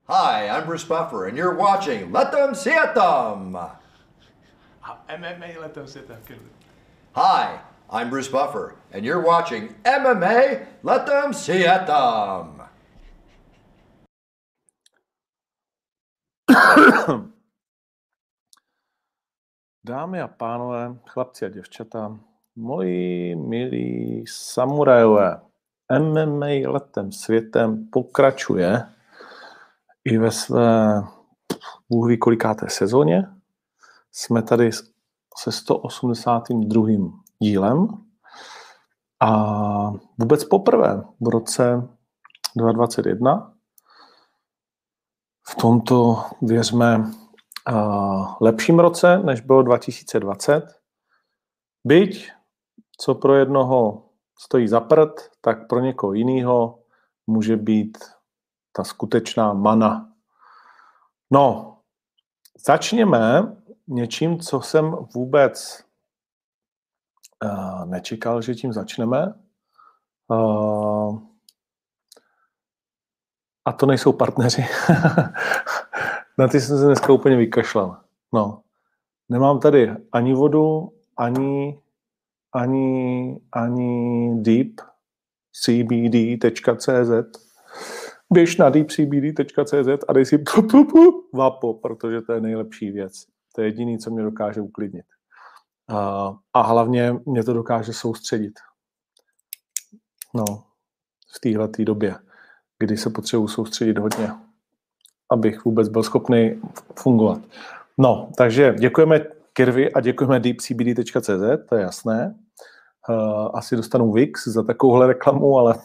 Hi, I'm Bruce Buffer, and you're watching Let Them See It Them! MMA Let Them Sit Them. Hi, I'm Bruce Buffer, and you're watching MMA Let Them See It Them! Dámy a pánové, chlapci a děvčata, moji milí samurajové, MMA letem světem pokračuje i ve své Bůh ví kolikáté sezóně. Jsme tady se 182. dílem a vůbec poprvé v roce 2021 v tomto, věřme, lepším roce, než bylo 2020. Byť, co pro jednoho stojí za prd, tak pro někoho jiného může být ta skutečná mana. No, začněme něčím, co jsem vůbec nečekal, že tím začneme. A to nejsou partneři. Na ty jsem se dneska úplně vykašlal. No. Nemám tady ani vodu, ani deep cbd.cz. Běž na deepcbd.cz a dej si vapo, protože to je nejlepší věc. To je jediný, co mě dokáže uklidnit. A hlavně mě to dokáže soustředit. No, v téhletý době, kdy se potřebuji soustředit hodně, abych vůbec byl schopný fungovat. No, takže děkujeme Kirvi a děkujeme deepcbd.cz, to je jasné. Asi dostanu Wix za takovouhle reklamu, ale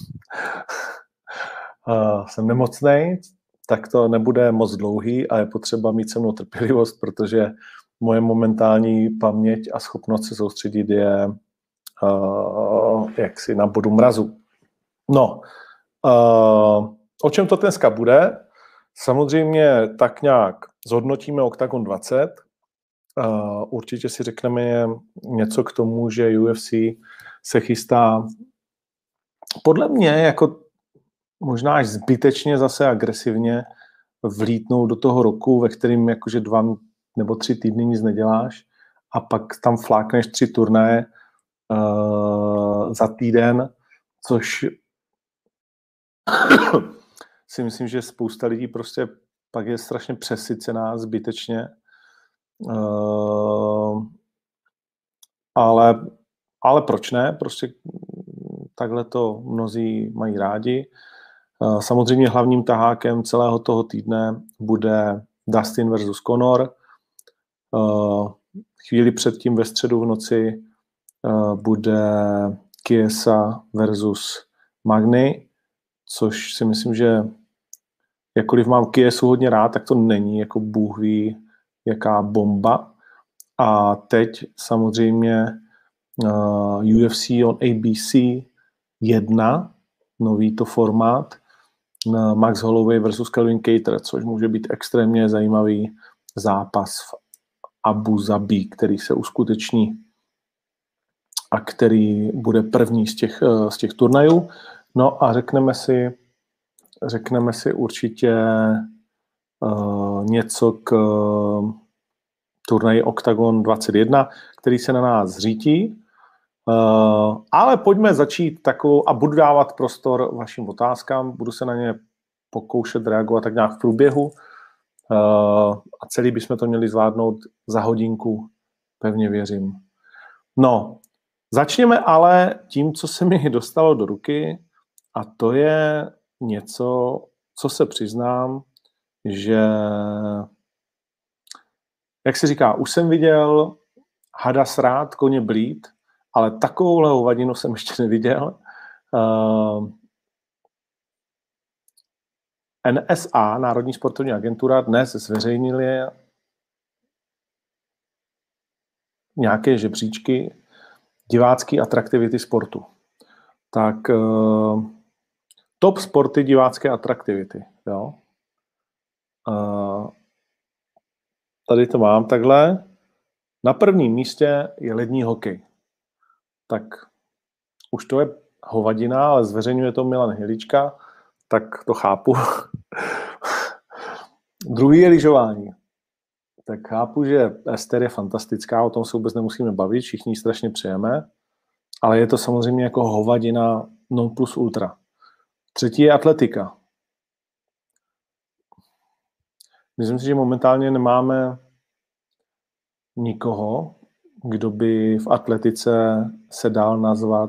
jsem nemocnej, tak to nebude moc dlouhý a je potřeba mít se mnou trpělivost, protože moje momentální paměť a schopnost se soustředit je jaksi na bodu mrazu. No, o čem to dneska bude? Samozřejmě tak nějak zhodnotíme Octagon 20. Určitě si řekneme něco k tomu, že UFC se chystá podle mě jako možná až zbytečně zase agresivně vlítnout do toho roku, ve kterým jakože 2 nebo 3 týdny nic neděláš a pak tam flákneš 3 turnaje za týden, což si myslím, že spousta lidí prostě pak je strašně přesycená zbytečně. Ale proč ne? Prostě takhle to mnozí mají rádi. Samozřejmě hlavním tahákem celého toho týdne bude Dustin versus Conor. Chvíli předtím ve středu v noci bude Chiesa versus Magny, což si myslím, že jakkoliv mám Chiesu hodně rád, tak to není jako bůh ví jaká bomba. A teď samozřejmě UFC on ABC 1, nový to formát, Max Holloway versus Calvin Kattar, což může být extrémně zajímavý zápas v Abu Zabi, který se uskuteční a který bude první z těch turnajů. No a řekneme si určitě něco k turnaji Octagon 21, který se na nás řítí. Ale pojďme začít takovou, a budu dávat prostor vašim otázkám, budu se na ně pokoušet reagovat tak nějak v průběhu a celý bychom to měli zvládnout za hodinku, pevně věřím. No, začněme ale tím, co se mi dostalo do ruky, a to je něco, co se přiznám, že, jak se říká, už jsem viděl hada srát, koně blít, ale takovouhle hovadinu jsem ještě neviděl. NSA, Národní sportovní agentura, dnes zveřejnili nějaké žebříčky divácké atraktivity sportu. Tak top sporty divácké atraktivity. Jo? Tady to mám takhle. Na prvním místě je lední hokej. Tak už to je hovadina, ale zveřejňuje to Milan Hilička, tak to chápu. Druhý je lyžování. Tak chápu, že Ester je fantastická, o tom se vůbec nemusíme bavit, všichni ji strašně přejeme, ale je to samozřejmě jako hovadina non plus ultra. Třetí je atletika. Myslím si, že momentálně nemáme nikoho, kdo by v atletice se dal nazvat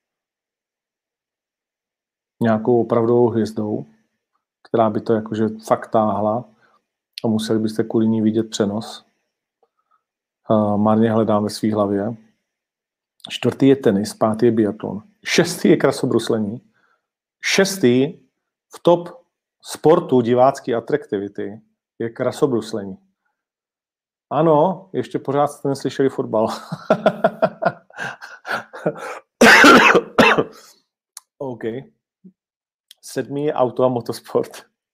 nějakou opravdovou hvězdou, která by to jakože fakt táhla a museli byste kvůli ní vidět přenos. Marně hledám ve svý hlavě. Čtvrtý je tenis, pátý je biatlon. Šestý je krasobruslení. Šestý v top sportu divácké atraktivity je krasobruslení. Ano, ještě pořád jste neslyšeli fotbal. OK. Sedmý je auto a motosport.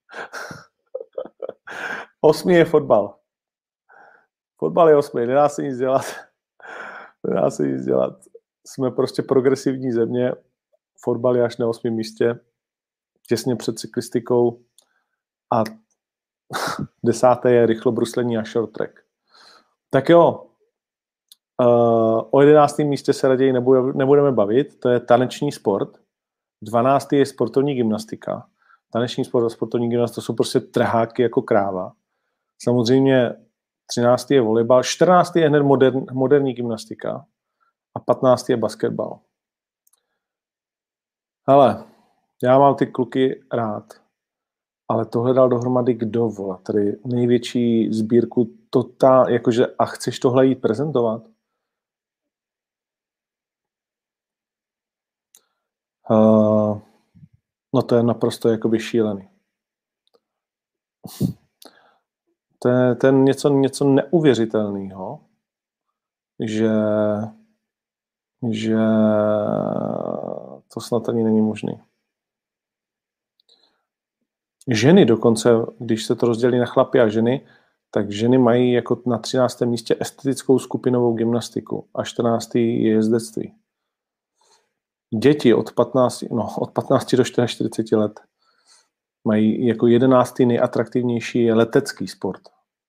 Osmý je fotbal. Fotbal je osmý, nedá se nic dělat. Nedá se nic dělat. Jsme prostě progresivní země. Fotbal je až na 8. místě. Těsně před cyklistikou. A 10. je rychlobruslení a short track. Tak jo. O 11. místě se raději nebudeme bavit. To je taneční sport. 12. je sportovní gymnastika. Taneční sport a sportovní gymnastika, to jsou prostě trháky jako kráva. Samozřejmě 13. je volejbal, 14. je hned moderní gymnastika a 15. je basketbal. Hele, já mám ty kluky rád, ale tohle dal dohromady kdo, vole, tady největší sbírku jakože a chceš tohle jít prezentovat? No to je naprosto jakoby šílený. To je něco neuvěřitelného, že to snad ani není možné. Ženy dokonce, když se to rozdělí na chlapy a ženy, tak ženy mají jako na 13. místě estetickou skupinovou gymnastiku a 14. je jezdectví. Děti od 15 do 44 let mají jako 11. nejatraktivnější je letecký sport.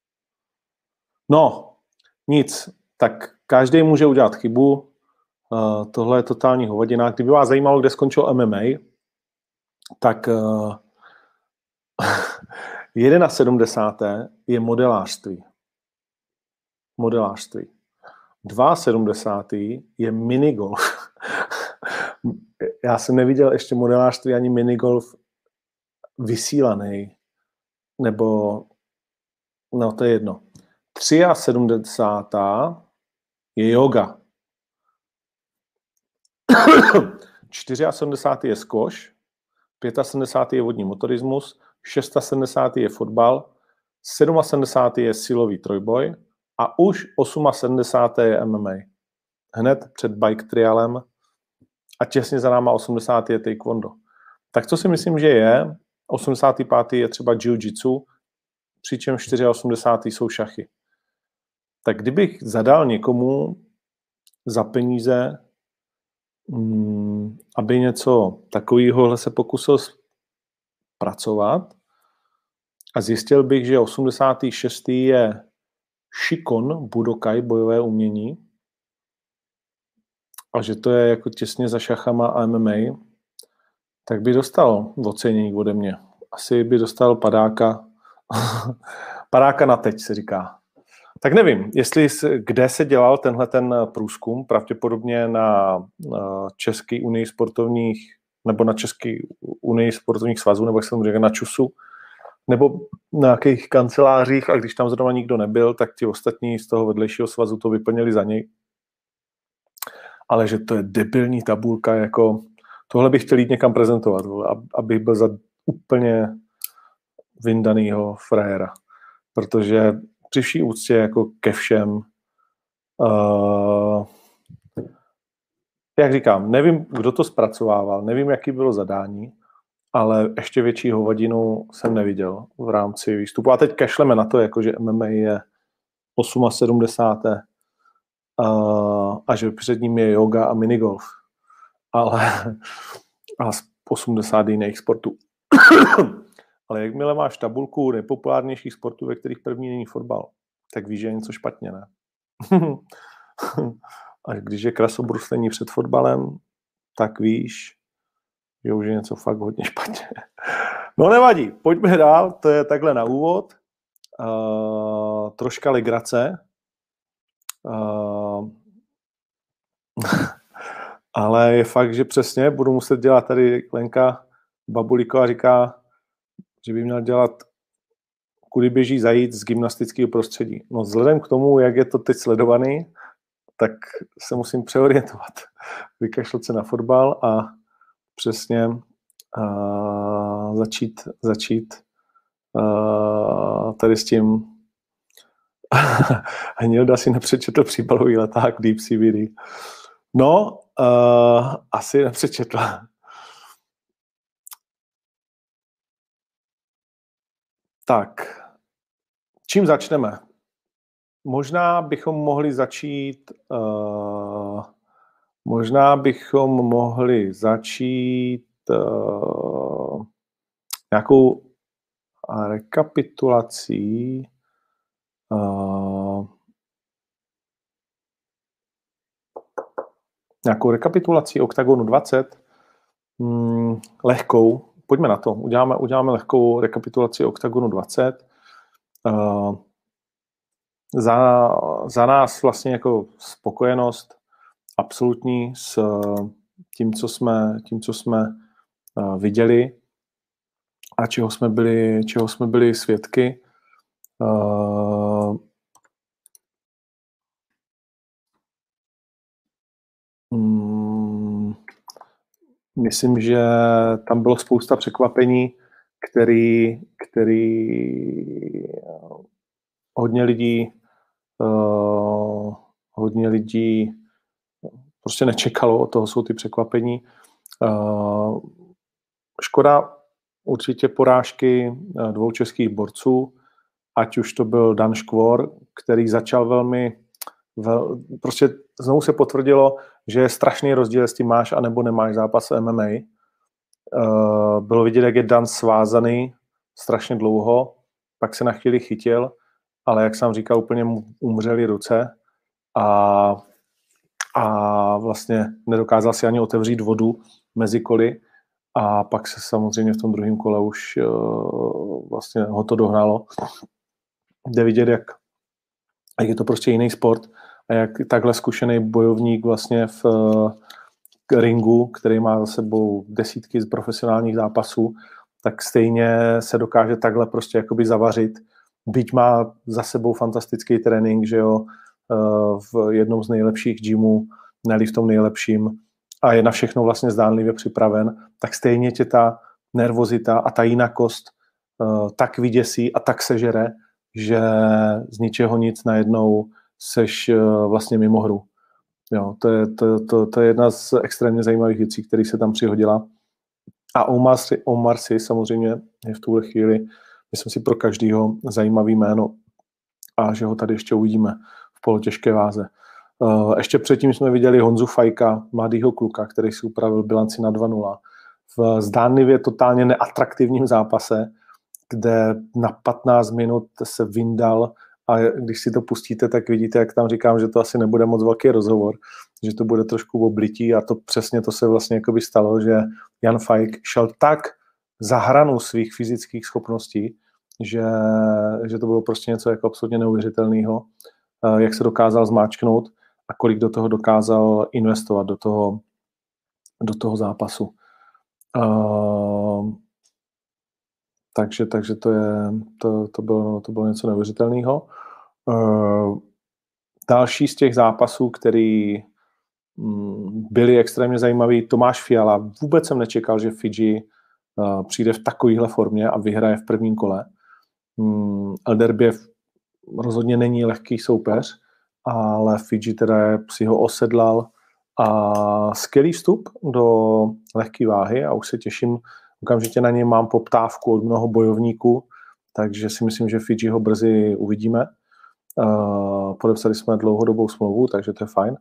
No, nic. Tak každý může udělat chybu. Tohle je totální hovadina. Kdyby vás zajímalo, kde skončil MMA, tak 71. je modelářství. 72. je minigolf. Já jsem neviděl ještě modelářství ani minigolf vysílaný. Nebo, no to je jedno. 73. je yoga. 74. je squash. 75. je vodní motorismus. 76. je fotbal. 77. je silový trojboj. A už 78. je MMA. Hned před bike trialem. A těsně za náma 80. je taekwondo. Tak co si myslím, že je? 85. je třeba jiu-jitsu, přičemž 84. jsou šachy. Tak kdybych zadal někomu za peníze, aby něco takového se pokusil pracovat a zjistil bych, že 86. je Shikon Budokai, bojové umění, a že to je jako těsně za šachama a MMA, tak by dostal ocenění ode mě. Asi by dostal padáka. Padáka na teď, se říká. Tak nevím, kde se dělal tenhle ten průzkum, pravděpodobně na České unii sportovních, nebo na České unii sportovních svazů, nebo jak jsem říkal, na ČUSu, nebo na nějakých kancelářích, a když tam zrovna nikdo nebyl, tak ti ostatní z toho vedlejšího svazu to vyplnili za něj. Ale že to je debilní tabulka, jako tohle bych chtěl jít někam prezentovat, abych byl za úplně vyndanýho frajera. Protože při vší úctě jako ke všem, jak říkám, nevím, kdo to zpracovával, nevím, jaký bylo zadání, ale ještě větší hovadinu jsem neviděl v rámci výstupu. A teď kašleme na to, jako že MMA je 78. A že před ním je yoga a minigolf. Ale a 80 jiných sportů. Ale jakmile máš tabulku nejpopulárnějších sportů, ve kterých první není fotbal, tak víš, že je něco špatně, ne? A když je krasobruslení před fotbalem, tak víš, že už je něco fakt hodně špatně. No nevadí, pojďme dál, to je takhle na úvod. Troška legrace. Ale je fakt, že přesně budu muset dělat tady Lenka Babulíková říká, že by měl dělat kudy běží zajít z gymnastického prostředí. No vzhledem k tomu, jak je to teď sledovaný, tak se musím přeorientovat. Vykašlat se na fotbal a přesně začít tady s tím. Hanilda si nepřečetl příbalový leták Deep CBD. No, asi nepřečetla. Tak, čím začneme? Možná bychom mohli začít nějakou rekapitulací Oktagonu 20, lehkou. Pojďme na to. Uděláme lehkou rekapitulaci Oktagonu 20. Za nás vlastně jako spokojenost absolutní s tím, co jsme viděli a čeho jsme byli svědky. Myslím, že tam bylo spousta překvapení, který hodně lidí prostě nečekalo, od toho jsou ty překvapení. Škoda určitě porážky dvou českých borců, ať už to byl Dan Škvor, který začal prostě znovu se potvrdilo, že je strašný rozdíl, jestli máš anebo nemáš zápas MMA. Bylo vidět, jak je Dan svázaný strašně dlouho, pak se na chvíli chytil, ale jak jsem říkal, úplně mu umřely ruce a vlastně nedokázal si ani otevřít vodu mezi koly a pak se samozřejmě v tom druhém kole už vlastně ho to dohnalo. Jde vidět, jak je to prostě jiný sport a jak takhle zkušený bojovník vlastně v ringu, který má za sebou desítky z profesionálních zápasů, tak stejně se dokáže takhle prostě jakoby zavařit. Byť má za sebou fantastický trénink, že jo, v jednom z nejlepších gymů, ne-li v tom nejlepším a je na všechno vlastně zdánlivě připraven, tak stejně tě ta nervozita a ta jinakost tak vyděsí a tak sežere, že z ničeho nic najednou seš vlastně mimo hru. Jo, to je jedna z extrémně zajímavých věcí, které se tam přihodila. A Omar Sy samozřejmě je v tuhle chvíli, myslím si, pro každýho zajímavý jméno a že ho tady ještě uvidíme v polotěžké váze. Ještě předtím jsme viděli Honzu Fajka, mladýho kluka, který si upravil bilanci na 2-0 v zdánlivě totálně neatraktivním zápase, kde na 15 minut se vyndal a když si to pustíte, tak vidíte, jak tam říkám, že to asi nebude moc velký rozhovor, že to bude trošku oblití a to přesně to se vlastně jakoby stalo, že Jan Fajk šel tak za hranu svých fyzických schopností, že to bylo prostě něco jako absolutně neuvěřitelného, jak se dokázal zmáčknout a kolik do toho dokázal investovat, do toho zápasu. Takže to bylo něco neuvěřitelného. Další z těch zápasů, který byly extrémně zajímavý, Tomáš Fiala. Vůbec jsem nečekal, že Fidži přijde v takovéhle formě a vyhraje v prvním kole. Elderbiev rozhodně není lehký soupeř, ale Fidži teda si ho osedlal a skvělý vstup do lehké váhy a už se těším, okamžitě na něj mám poptávku od mnoho bojovníků, takže si myslím, že Fidži ho brzy uvidíme. Podepsali jsme dlouhodobou smlouvu, takže to je fajn.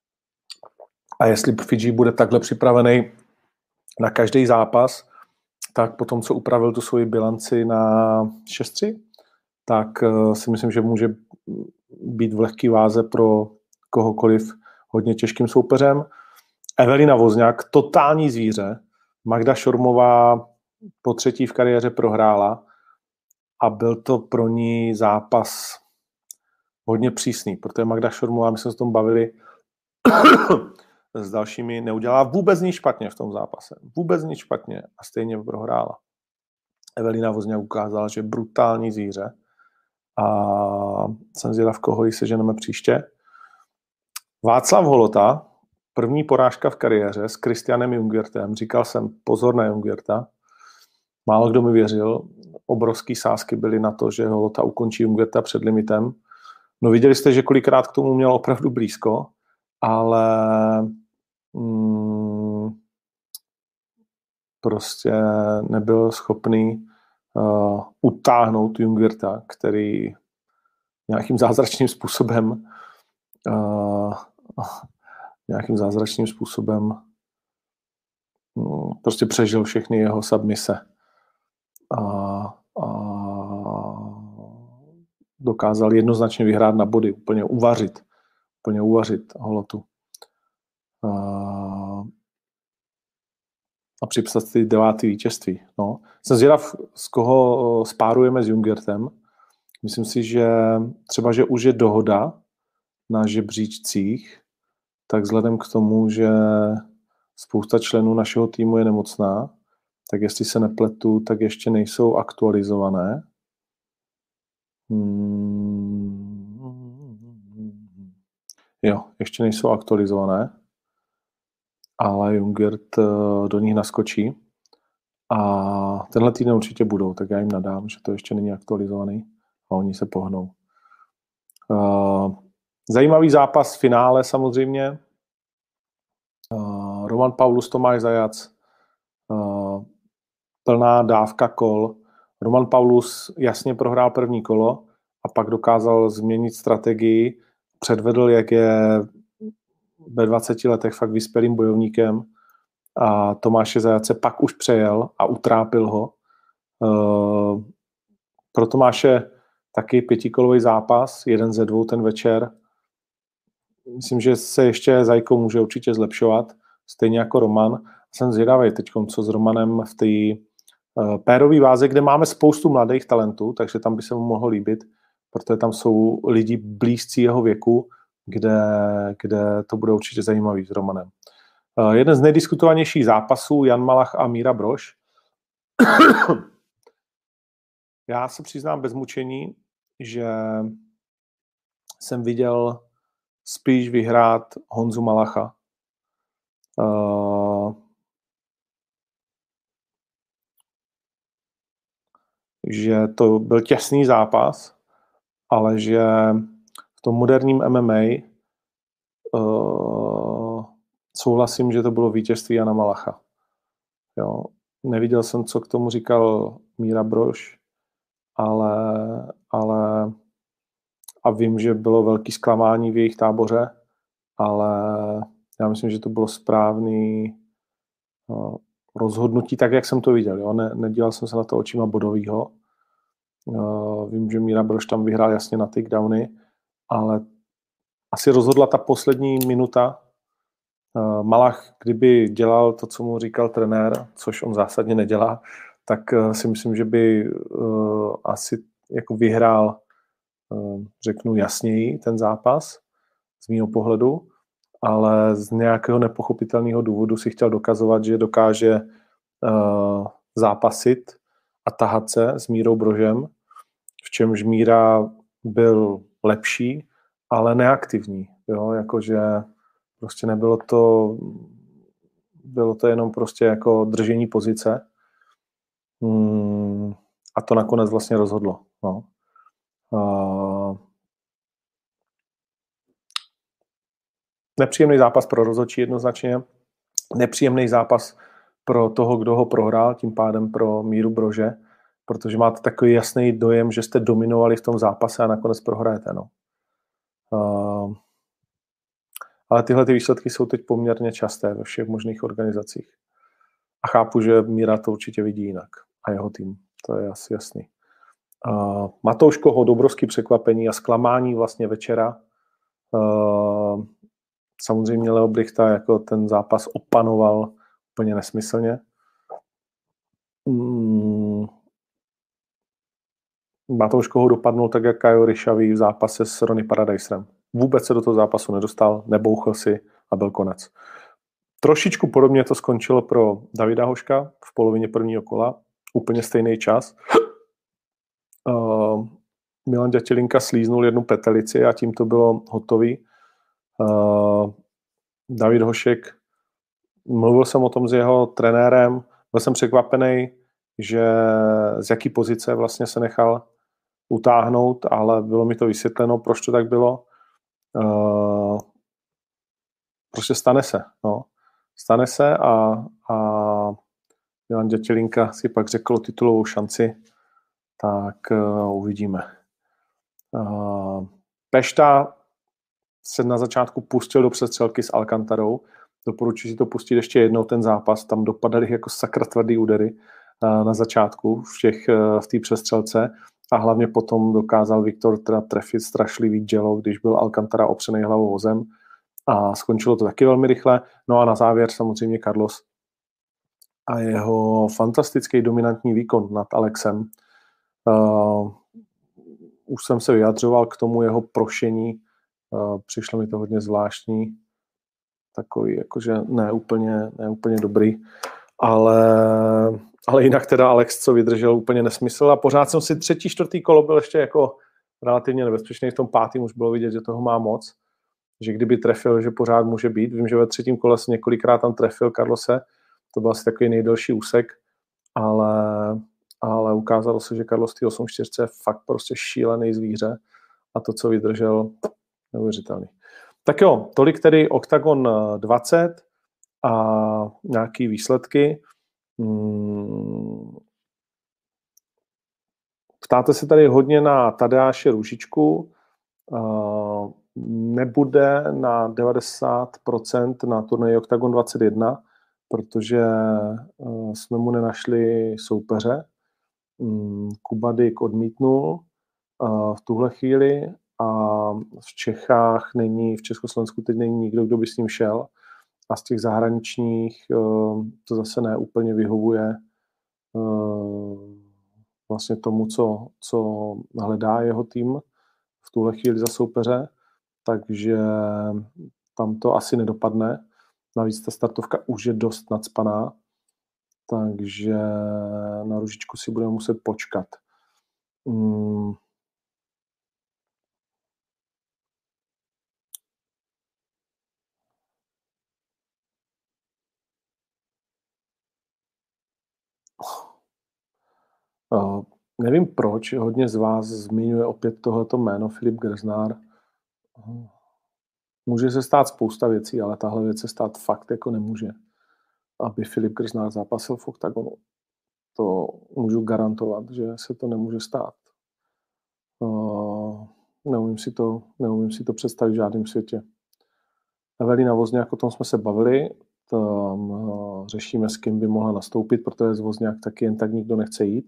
A jestli Fidži bude takhle připravený na každý zápas, tak potom, co upravil tu svoji bilanci na 6-3, tak si myslím, že může být v lehký váze pro kohokoliv hodně těžkým soupeřem. Evelina Wozniak, totální zvíře. Magda Šormová po 3. v kariéře prohrála a byl to pro ní zápas hodně přísný, protože Magda Šormová, my jsme se o tom bavili s dalšími, neudělala vůbec nic špatně v tom zápase. Vůbec nic špatně a stejně prohrála. Evelina Wozniak ukázala, že je brutální zvíře a jsem zvědav, koho ji seženeme příště. Václav Holota, první porážka v kariéře s Christianem Jungwirtem. Říkal jsem, pozor na Jungwirta. Málo kdo mi věřil. Obrovský sázky byly na to, že Holota ukončí Jungwirta před limitem. No viděli jste, že kolikrát k tomu měl opravdu blízko, ale prostě nebyl schopný utáhnout Jungwirta, který nějakým zázračným způsobem prostě přežil všechny jeho submise a dokázal jednoznačně vyhrát na body, úplně uvařit Holotu. A připsat ty 9. vítězství. No. Jsem zvědav, z koho spárujeme s Jungwirtem. Myslím si, že třeba, že už je dohoda na žebříčcích, tak vzhledem k tomu, že spousta členů našeho týmu je nemocná, tak jestli se nepletu, tak ještě nejsou aktualizované. Jo, ještě nejsou aktualizované, ale Jungwirth do nich naskočí a tenhle týden určitě budou, tak já jim nadám, že to ještě není aktualizovaný a oni se pohnou. Zajímavý zápas v finále samozřejmě. Roman Paulus, Tomáš Zajac, plná dávka kol. Roman Paulus jasně prohrál první kolo a pak dokázal změnit strategii, předvedl, jak je ve 20 letech fakt vyspělým bojovníkem a Tomáše Zajace pak už přejel a utrápil ho. Pro Tomáše taky 5kolový zápas, 1 ze 2 ten večer. Myslím, že se ještě Zajko může určitě zlepšovat, stejně jako Roman. Jsem zvědavý teď, co s Romanem v té pérové váze, kde máme spoustu mladých talentů, takže tam by se mu mohlo líbit, protože tam jsou lidi blízcí jeho věku, kde to bude určitě zajímavý s Romanem. Jeden z nejdiskutovanějších zápasů, Jan Malach a Míra Brož. Já se přiznám bez mučení, že jsem viděl spíš vyhrát Honzu Malacha. Že to byl těsný zápas, ale že v tom moderním MMA souhlasím, že to bylo vítězství Jana Malacha. Jo. Neviděl jsem, co k tomu říkal Míra Brož, ale a vím, že bylo velké zklamání v jejich táboře, ale já myslím, že to bylo správný rozhodnutí, tak, jak jsem to viděl. Jo. Nedíval jsem se na to očima bodovýho. Vím, že Míra Brož tam vyhrál jasně na takedowny, ale asi rozhodla ta poslední minuta. Malach, kdyby dělal to, co mu říkal trenér, což on zásadně nedělá, tak si myslím, že by asi jako vyhrál, řeknu jasněji, ten zápas z mýho pohledu, ale z nějakého nepochopitelného důvodu si chtěl dokazovat, že dokáže zápasit a tahat se s Mírou Brožem, v čemž Míra byl lepší, ale neaktivní. Jo? Jakože prostě nebylo to, bylo to jenom prostě jako držení pozice. A to nakonec vlastně rozhodlo. No. Nepříjemný zápas pro rozhodčí jednoznačně. Nepříjemný zápas pro toho, kdo ho prohrál, tím pádem pro Míru Brože, protože máte takový jasný dojem, že jste dominovali v tom zápase a nakonec prohrajete. No. Ale tyhle ty výsledky jsou teď poměrně časté ve všech možných organizacích. A chápu, že Míra to určitě vidí jinak. A jeho tým. To je asi jasný. Matouš Kohouta, obrovský překvapení a zklamání vlastně večera. Samozřejmě Leo Brichta jako ten zápas opanoval úplně nesmyslně. Matouš Kohouta dopadnul tak, jak Kajo Ryšavý v zápase s Ronnie Paradiserem. Vůbec se do toho zápasu nedostal, nebouchl si a byl konec. Trošičku podobně to skončilo pro Davida Hoška v polovině prvního kola. Úplně stejný čas. Milan Ďatelinka slíznul jednu petelici a tím to bylo hotový. David Hošek, mluvil jsem o tom s jeho trenérem, byl jsem překvapený, že z jaký pozice vlastně se nechal utáhnout, ale bylo mi to vysvětleno, proč to tak bylo. Prostě stane se. No. Stane se a Milan Ďatelinka si pak řekl titulovou šanci, tak uvidíme. Pešta se na začátku pustil do přestřelky s Alcantarou. Doporučuji si to pustit ještě jednou ten zápas. Tam dopadaly jako sakra tvrdý údery na začátku v té přestřelce a hlavně potom dokázal Viktor teda trefit strašlivý dělo, když byl Alcantara opřený hlavou o zem a skončilo to taky velmi rychle. No a na závěr samozřejmě Carlos a jeho fantastický dominantní výkon nad Alexem. Už jsem se vyjadřoval k tomu jeho prošení. Přišlo mi to hodně zvláštní. Takový, jakože ne úplně dobrý. Ale jinak teda Alex, co vydržel, úplně nesmysl. A pořád jsem si 3., 4. kolo byl ještě jako relativně nebezpečný. V tom 5. už bylo vidět, že toho má moc. Že kdyby trefil, že pořád může být. Vím, že ve 3. kole se několikrát tam trefil Carlose. To byl asi takový nejdelší úsek. Ale ukázalo se, že Carlos v 8-4 je fakt prostě šílený zvíře a to, co vydržel, neuvěřitelný. Tak jo, tolik tedy Octagon 20 a nějaký výsledky. Ptáte se tady hodně na Tadeáše Růžičku. Nebude na 90% na turnaji Octagon 21, protože jsme mu nenašli soupeře. Kuba Dyk odmítnul v tuhle chvíli a v Čechách v Československu teď není nikdo, kdo by s ním šel a z těch zahraničních to zase neúplně vyhovuje vlastně tomu, co hledá jeho tým v tuhle chvíli za soupeře, takže tam to asi nedopadne. Navíc ta startovka už je dost nacpaná, takže na Růžičku si budeme muset počkat. Nevím proč, hodně z vás zmiňuje opět tohleto jméno Filip Grznár. Může se stát spousta věcí, ale tahle věc se stát fakt jako nemůže. Aby Filip Grznár zápasil v Octagonu. To můžu garantovat, že se to nemůže stát. Neumím si to představit v žádném světě. Evelina Wozniak, o tom jsme se bavili. Tam řešíme, s kým by mohla nastoupit, protože z Wozniak taky jen tak nikdo nechce jít.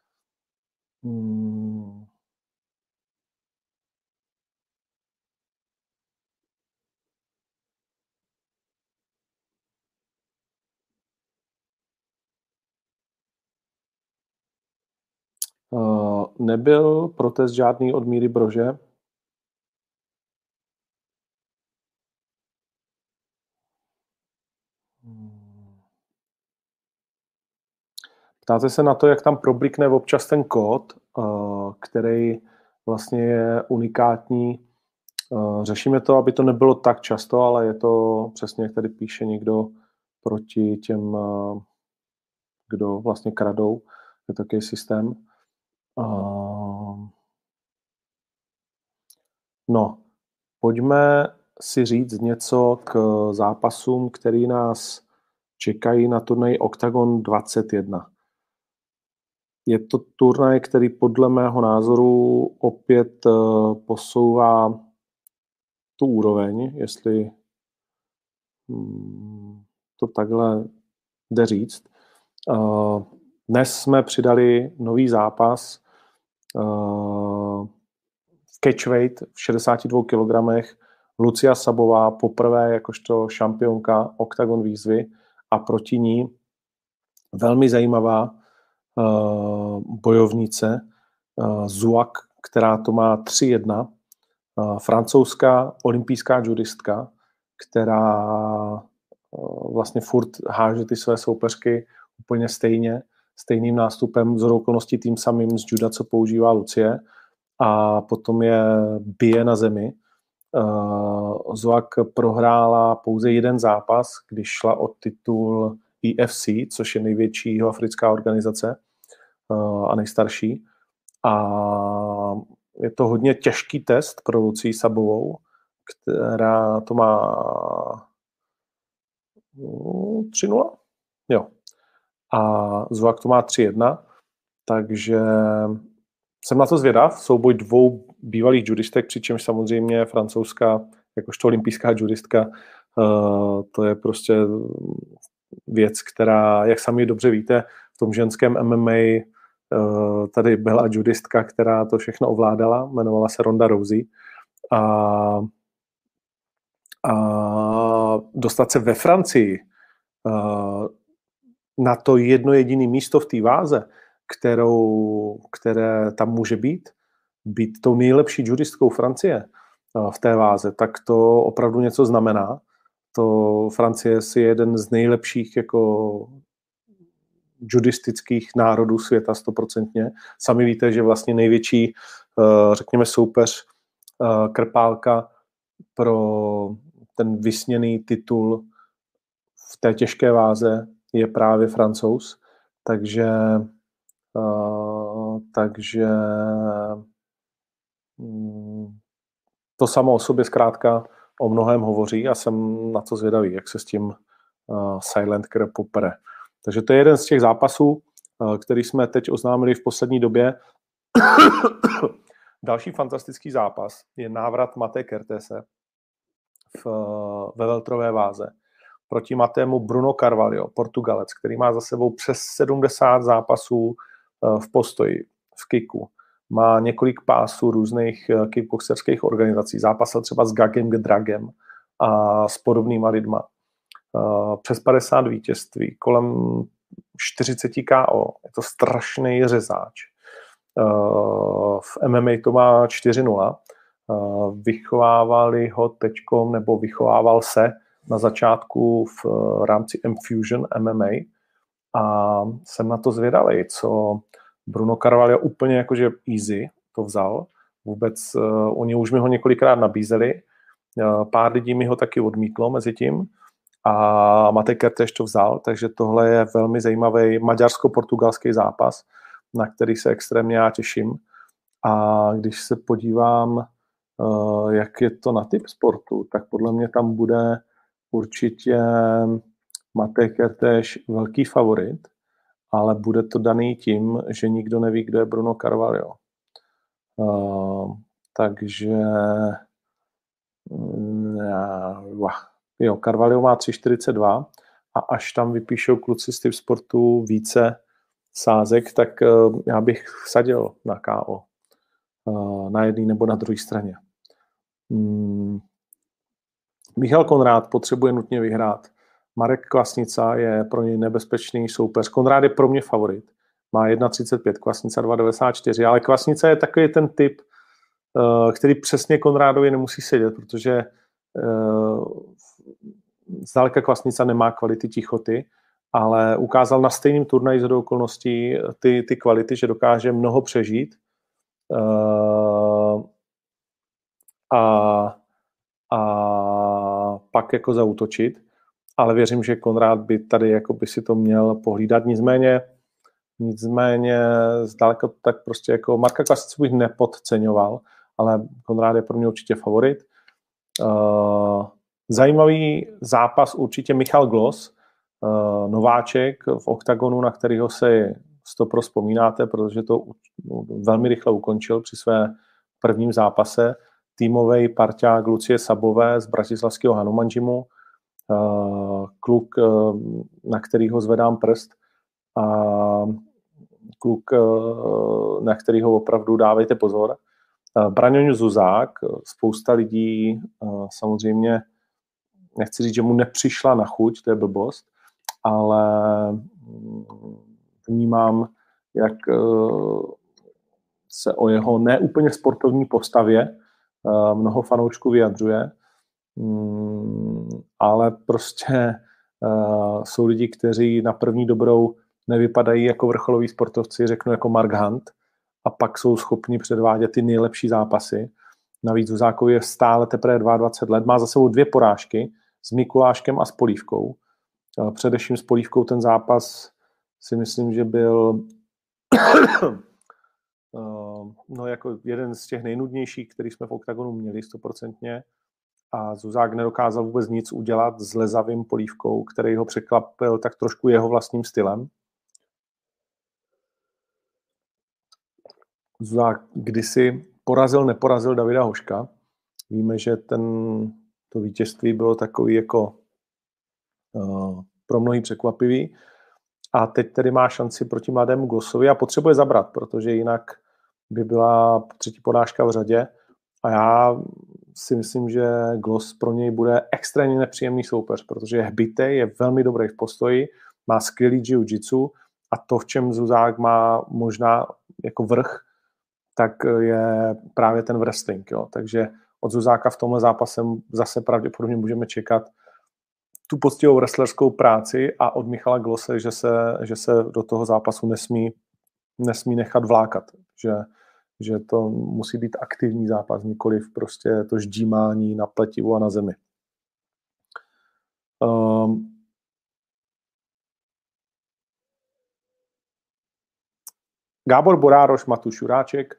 Nebyl protest žádný od Míry Brože. Ptáte se na to, jak tam problikne občas ten kód, který vlastně je unikátní. Řešíme to, aby to nebylo tak často, ale je to přesně, jak tady píše někdo proti těm, kdo vlastně kradou. Je to takový systém. No, pojďme si říct něco k zápasům, který nás čekají na turnaji Octagon 21. Je to turnaj, který podle mého názoru opět posouvá tu úroveň, jestli to takhle jde říct. Dnes jsme přidali nový zápas v catchweight v 62 kg. Lucia Sabová poprvé jakožto šampionka Octagon výzvy a proti ní velmi zajímavá bojovnice Zuak, která to má 3-1. Francouzská olympijská judistka, která vlastně furt háže ty své soupeřky úplně stejným nástupem, z okolností tým samým z juda, co používá Lucie, a potom je bije na zemi. Zuak prohrála pouze jeden zápas, když šla o titul EFC, což je největší jihoafrická organizace a nejstarší. A je to hodně těžký test pro Lucii Sabovou, která to má 3-0. Jo. A Zuak to má 3-1, takže jsem na to zvědav. Souboj dvou bývalých judistek, přičemž samozřejmě francouzská, jakožto olympijská judistka, to je prostě věc, která, jak sami dobře víte, v tom ženském MMA tady byla judistka, která to všechno ovládala, jmenovala se Ronda Rousey. A dostat se ve Francii na to jedno jediné místo v té váze, které tam může být tou nejlepší judistkou Francie v té váze, tak to opravdu něco znamená. To Francie je jeden z nejlepších jako judistických národů světa 100%. Sami víte, že vlastně největší, řekněme, soupeř Krpálka pro ten vysněný titul v té těžké váze je právě Francouz. Takže to samo o sobě zkrátka o mnohém hovoří a jsem na to zvědavý, jak se s tím Silent Krp popere. Takže to je jeden z těch zápasů, který jsme teď oznámili v poslední době. Další fantastický zápas je návrat Mate Kertése ve welterové váze proti Matému Bruno Carvalho, Portugalec, který má za sebou přes 70 zápasů v postoji, v kiku. Má několik pásů různých kickboxerských organizací. Zápasil třeba s Gagem Dragem a s podobnýma lidma. Přes 50 vítězství, kolem 40 KO. Je to strašný řezáč. V MMA to má 4-0. Vychovávali ho teďkom, nebo vychovával se na začátku v rámci M-Fusion MMA a jsem na to zvědavý, co Bruno Carvalho úplně jakože easy to vzal. Vůbec oni už mi ho několikrát nabízeli, pár lidí mi ho taky odmítlo mezi tím a Mate Kertéš to vzal, takže tohle je velmi zajímavý maďarsko-portugalský zápas, na který se extrémně já těším. A když se podívám, jak je to na typ sportu, tak podle mě tam bude určitě Mate Kertéš velký favorit, ale bude to daný tím, že nikdo neví, kdo je Bruno Carvalho. Takže jo, Carvalho má 3,42 a až tam vypíšou kluci z typ sportu více sázek, tak já bych vsadil na KO. Na jedné nebo na druhé straně. Michal Konrád potřebuje nutně vyhrát. Marek Kvasnica je pro něj nebezpečný soupeř. Konrád je pro mě favorit. Má 1,35, Kvasnica 2,94, ale Kvasnica je takový ten typ, který přesně Konrádovi nemusí sedět, protože zdaleka Kvasnica nemá kvality tichoty, ale ukázal na stejném turnaji z okolností ty kvality, že dokáže mnoho přežít a pak jako zaútočit, ale věřím, že Konrád by tady jako by si to měl pohlídat. Nicméně zdaleka tak prostě jako Marka Kvasnicu bych nepodceňoval, ale Konrád je pro mě určitě favorit. Zajímavý zápas určitě Michal Glos, nováček v oktagonu, na kterého se 100% vzpomínáte, protože to velmi rychle ukončil při své prvním zápase. Týmový parťák Lucie Sabové z bratislavského Hanumanjimu, kluk, na kterýho zvedám prst a kluk, na kterýho opravdu dávejte pozor. Braňoň Zuzák, spousta lidí samozřejmě, nechci říct, že mu nepřišla na chuť, to je blbost, ale vnímám, jak se o jeho neúplně sportovní postavě mnoho fanoušků vyjadřuje, ale prostě jsou lidi, kteří na první dobrou nevypadají jako vrcholoví sportovci, řeknu jako Mark Hunt, a pak jsou schopni předvádět ty nejlepší zápasy. Navíc Zuzákovi je stále teprve 22 let, má za sebou 2 porážky s Mikuláškem a s Polívkou. Především s Polívkou ten zápas si myslím, že byl no jako jeden z těch nejnudnějších, který jsme v oktagonu měli 100%. A Zuzák nedokázal vůbec nic udělat s lezavým Polívkou, který ho překlapil tak trošku jeho vlastním stylem. Zuzák kdysi neporazil Davida Hoška. Víme, že to vítězství bylo takový jako pro mnohý překvapivý. A teď tedy má šanci proti mladému Glossovi a potřebuje zabrat, protože jinak by byla 3. porážka v řadě. A já si myslím, že Gloss pro něj bude extrémně nepříjemný soupeř, protože je hbitej, je velmi dobrý v postoji, má skvělý jiu-jitsu a to, v čem Zuzák má možná jako vrch, tak je právě ten wrestling. Jo. Takže od Zuzáka v tomhle zápase zase pravděpodobně můžeme čekat tu poctivou wrestlerskou práci a od Michala Glosse, že se do toho zápasu nesmí nechat vlákat. Že to musí být aktivní zápas, nikoliv prostě to ždímání na pletivu a na zemi. Gábor Borároš, Matuš Juráček.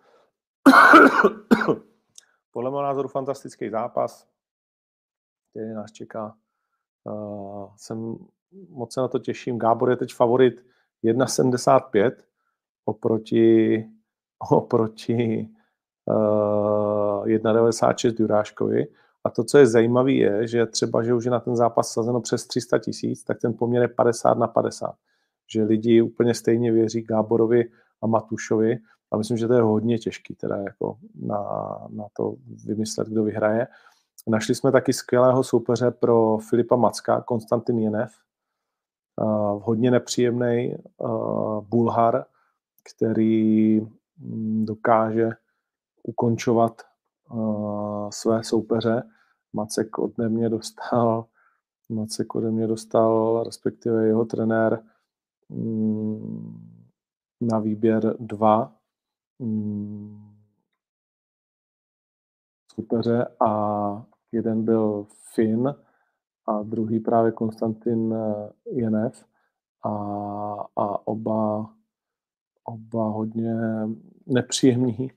Podle mého názoru fantastický zápas, který nás čeká. Moc se na to těším. Gábor je teď favorit 1,75 oproti 1,96 Juráškovi. A to, co je zajímavé, je, že třeba, že už je na ten zápas sazeno přes 300 000, tak ten poměr je 50-50. Že lidi úplně stejně věří Gáborovi a Matušovi a myslím, že to je hodně těžký teda jako na to vymyslet, kdo vyhraje. Našli jsme taky skvělého soupeře pro Filipa Macka, Konstantin Jenev, hodně nepříjemný Bulhar, který dokáže ukončovat své soupeře. Macek ode mě dostal, respektive jeho trenér, na výběr 2 soupeře a jeden byl Fin a druhý právě Konstantin Jenev a oba hodně nepříjemný.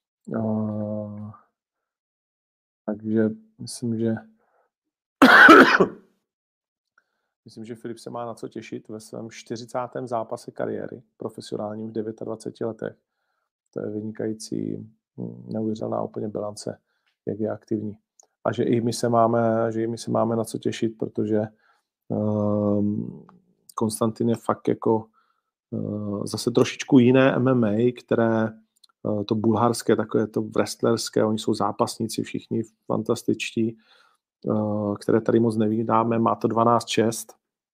Takže myslím, že Filip se má na co těšit ve svém 40. zápase kariéry, profesionálním v 29 letech. To je vynikající, neuvěřitelná úplně bilance, jak je aktivní. A že i my se máme na co těšit, protože Konstantin je fakt jako zase trošičku jiné MMA, které to bulharské, takové to wrestlerské, oni jsou zápasníci všichni fantastičtí, které tady moc nevídáme, má to 12-6.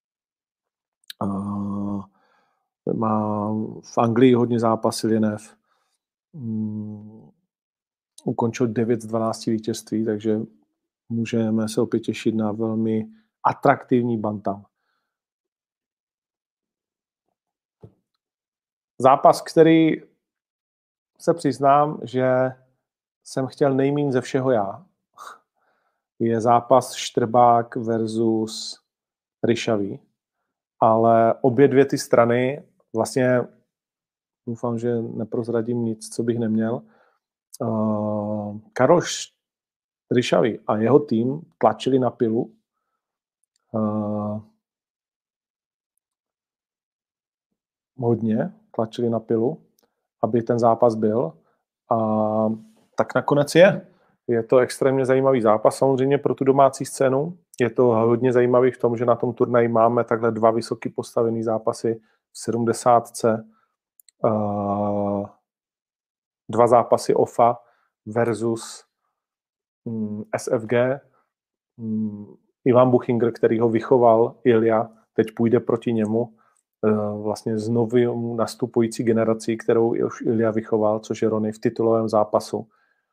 Má v Anglii hodně zápasil Jenev. Ukončil 9 z 12 vítězství, takže můžeme se opět těšit na velmi atraktivní bantam. Zápas, který se přiznám, že jsem chtěl nejmíň ze všeho já, je zápas Štrbák versus Ryšavý. Ale obě dvě ty strany, vlastně doufám, že neprozradím nic, co bych neměl. Karol Ryšavý a jeho tým tlačili na pilu. Hodně tlačili na pilu, aby ten zápas byl. A tak nakonec je. Je to extrémně zajímavý zápas samozřejmě pro tu domácí scénu. Je to hodně zajímavý v tom, že na tom turnaji máme takhle 2 vysoky postavený zápasy v 70. 2 zápasy OFA versus SFG. Ivan Buchinger, který ho vychoval, Ilja, teď půjde proti němu, vlastně znovu nastupující generací, kterou už Ilja vychoval, což je Ronny v titulovém zápasu.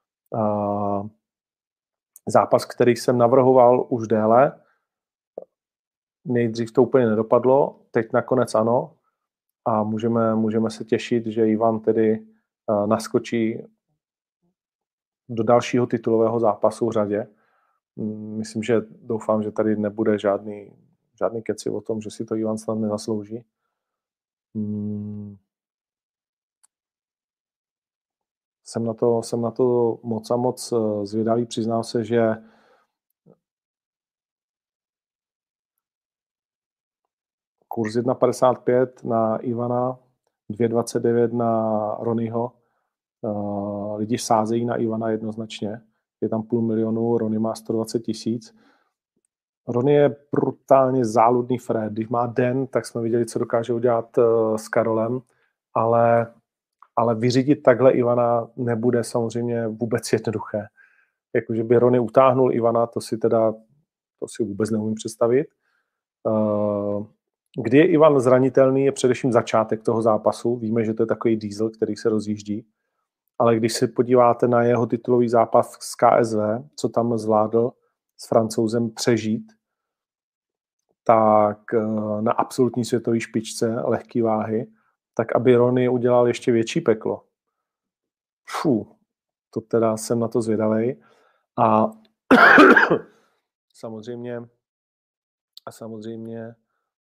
Zápas, který jsem navrhoval už déle. Nejdřív to úplně nedopadlo, teď nakonec ano. A můžeme se těšit, že Ivan tedy naskočí do dalšího titulového zápasu v řadě. Myslím, že doufám, že tady nebude žádný keci o tom, že si to Ivan snad nezaslouží. Jsem na to moc a moc zvědavý. Přiznám se, že kurz 1,55 na Ivana, 2,29 na Ronnyho. Lidi sázejí na Ivana jednoznačně. Je tam 500 000, Ronny má 120 000. Ronny je brutálně záludný Fred. Když má den, tak jsme viděli, co dokáže udělat s Karolem, ale vyřídit takhle Ivana nebude samozřejmě vůbec jednoduché. Jakože by Ronny utáhnul Ivana, to si vůbec neumím představit. Kdy je Ivan zranitelný, je především začátek toho zápasu. Víme, že to je takový diesel, který se rozjíždí. Ale když se podíváte na jeho titulový zápas s KSV, co tam zvládl s Francouzem přežít, tak na absolutní světové špičce lehké váhy, tak aby Ronny udělal ještě větší peklo. To teda jsem na to zvědavej. A samozřejmě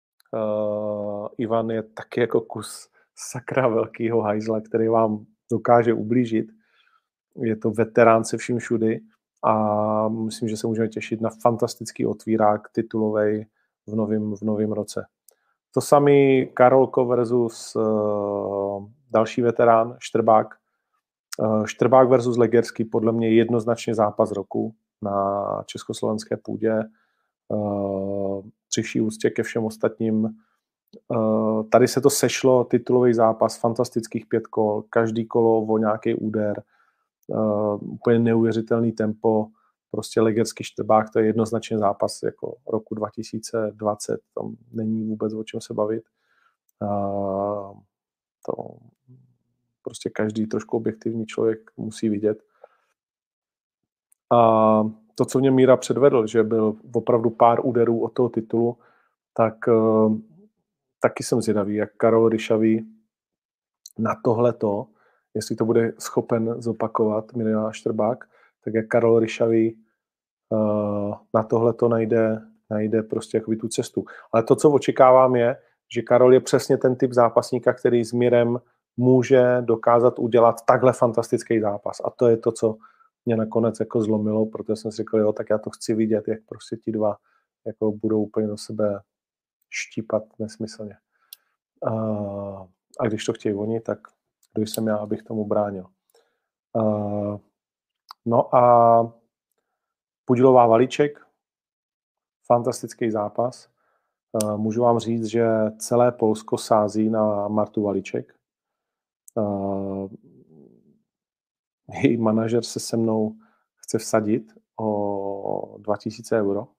Ivan je taky jako kus sakra velkýho hajzla, který vám dokáže ublížit. Je to veterán se vším všudy a myslím, že se můžeme těšit na fantastický otvírák titulovej v novém roce. To samý Karolko versus další veterán Štrbák. Štrbák versus Legerský podle mě jednoznačně zápas roku na československé půdě. Při vší úctě ke všem ostatním. Tady se to sešlo, titulový zápas, fantastických 5 kol, každý kolo o nějaký úder, úplně neuvěřitelný tempo, prostě Legerský Štrbák, to je jednoznačně zápas jako roku 2020, tam není vůbec o čem se bavit. To prostě každý trošku objektivní člověk musí vidět. A to, co v něm Míra předvedl, že byl opravdu pár úderů od toho titulu, tak taky jsem zvědavý, jak Karol Ryšavý na tohleto, jestli to bude schopen zopakovat Milan Štrbák, tak jak Karol Ryšavý na tohleto najde prostě jakoby tu cestu. Ale to, co očekávám, je, že Karol je přesně ten typ zápasníka, který s Mirem může dokázat udělat takhle fantastický zápas. A to je to, co mě nakonec jako zlomilo, protože jsem si řekl, jo, tak já to chci vidět, jak prostě ti dva jako budou úplně do sebe štípat nesmyslně. A když to chtějí oni, tak kdo jsem já, abych tomu bránil. No a Pudilová Valíček, fantastický zápas. Můžu vám říct, že celé Polsko sází na Martu Valíček. Její manažer se se mnou chce vsadit o 2000 euro.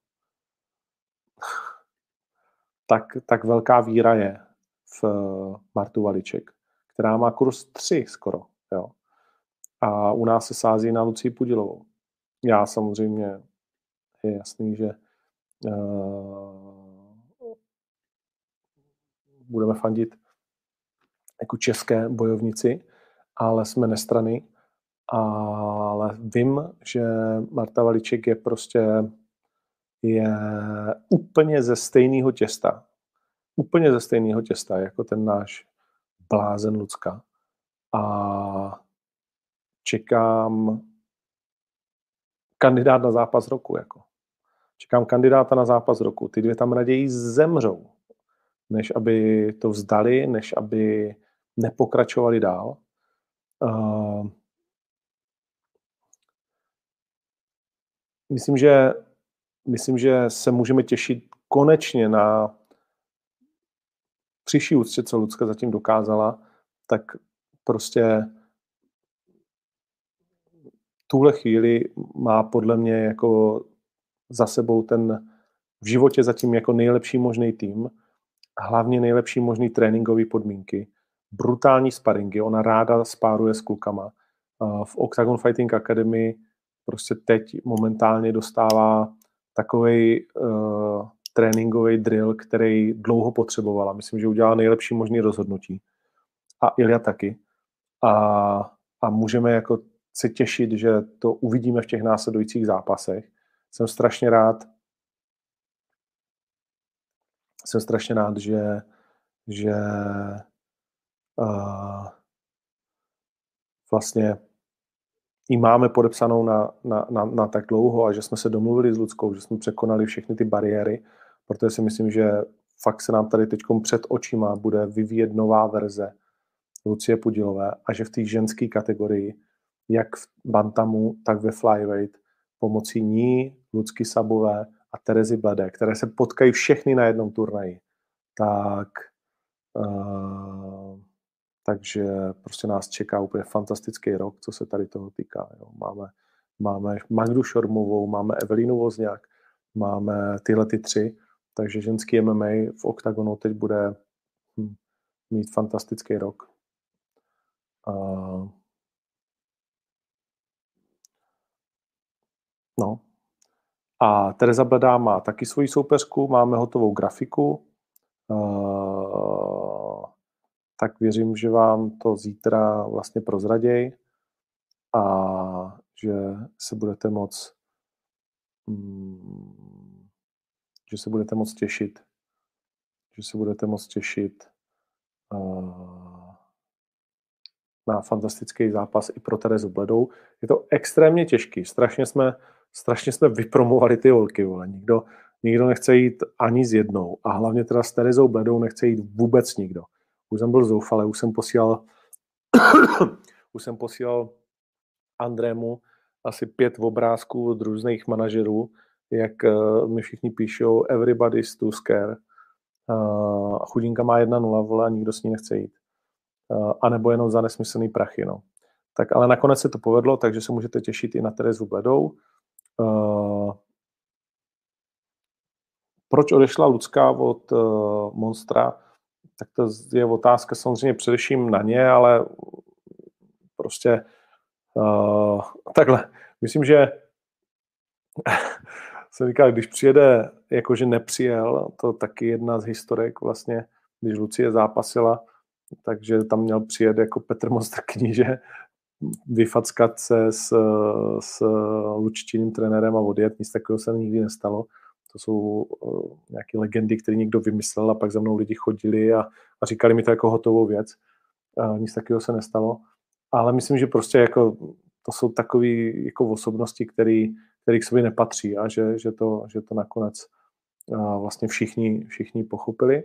Tak velká víra je v Martu Valíček, která má kurz 3 skoro. Jo. A u nás se sází na Lucii Pudilovou. Já samozřejmě je jasný, že budeme fandit jako české bojovnici, ale jsme nestranný. Ale vím, že Marta Valíček je úplně ze stejného těsta. Úplně ze stejného těsta, jako ten náš blázen Lucka. A čekám kandidát na zápas roku. Jako. Čekám kandidáta na zápas roku. Ty dvě tam raději zemřou, než aby to vzdali, než aby nepokračovali dál. Myslím, že se můžeme těšit konečně na při vší úctě, co Lucka zatím dokázala, tak prostě tuhle chvíli má podle mě jako za sebou ten v životě zatím jako nejlepší možný tým, hlavně nejlepší možný tréninkové podmínky, brutální sparingy, ona ráda spáruje s klukama. V Octagon Fighting Academy prostě teď momentálně dostává takovej tréninkový drill, který dlouho potřebovala. Myslím, že udělala nejlepší možný rozhodnutí. A Ilja taky. A můžeme jako se těšit, že to uvidíme v těch následujících zápasech. Jsem strašně rád, že vlastně ji máme podepsanou na tak dlouho a že jsme se domluvili s Luckou, že jsme překonali všechny ty bariéry, protože si myslím, že fakt se nám tady teď před očima bude vyvíjet nová verze Lucie Pudilové a že v té ženské kategorii, jak v bantamu, tak ve flyweight, pomocí ní, Lucky Sabové a Terezy Bledé, které se potkají všechny na jednom turnaji, takže prostě nás čeká úplně fantastický rok, co se tady toho týká. Jo. Máme Magdu Šormovou, máme Evelínu Wozniak, máme tyhle ty tři, takže ženský MMA v Octagonu teď bude mít fantastický rok. No. A Tereza Bledá má taky svoji soupeřku, máme hotovou grafiku, tak věřím, že vám to zítra vlastně prozraděj a že se budete moc těšit, na fantastický zápas i pro Terezu Bledou. Je to extrémně těžký, strašně jsme vypromovali ty holky, vole. Nikdo nechce jít ani s jednou a hlavně teda s Terezou Bledou nechce jít vůbec nikdo. Už jsem byl zoufalý, už jsem posílal Andrému asi 5 obrázků od různých manažerů, jak mi všichni píšou everybody's too scared. Chudinka má 1-0, vole, a nikdo s ní nechce jít. A nebo jenom za nesmyslný prachy, no. Tak ale nakonec se to povedlo, takže se můžete těšit i na Terezu Bledou. Proč odešla Lucka od Monstra? Tak to je otázka samozřejmě především na ně, ale prostě takhle. Myslím, že jsem říkal, když přijede, jakože nepřijel, to taky jedna z historek vlastně, když Lucie zápasila, takže tam měl přijet jako Petr Monster Kníže, vyfackat se s luččinným trenérem a odjet. Nic takového se nikdy nestalo. To jsou nějaké legendy, které někdo vymyslel a pak za mnou lidi chodili a říkali mi to jako hotovou věc. Nic takového se nestalo. Ale myslím, že prostě jako to jsou takové jako osobnosti, které k sobě nepatří a že to nakonec vlastně všichni pochopili.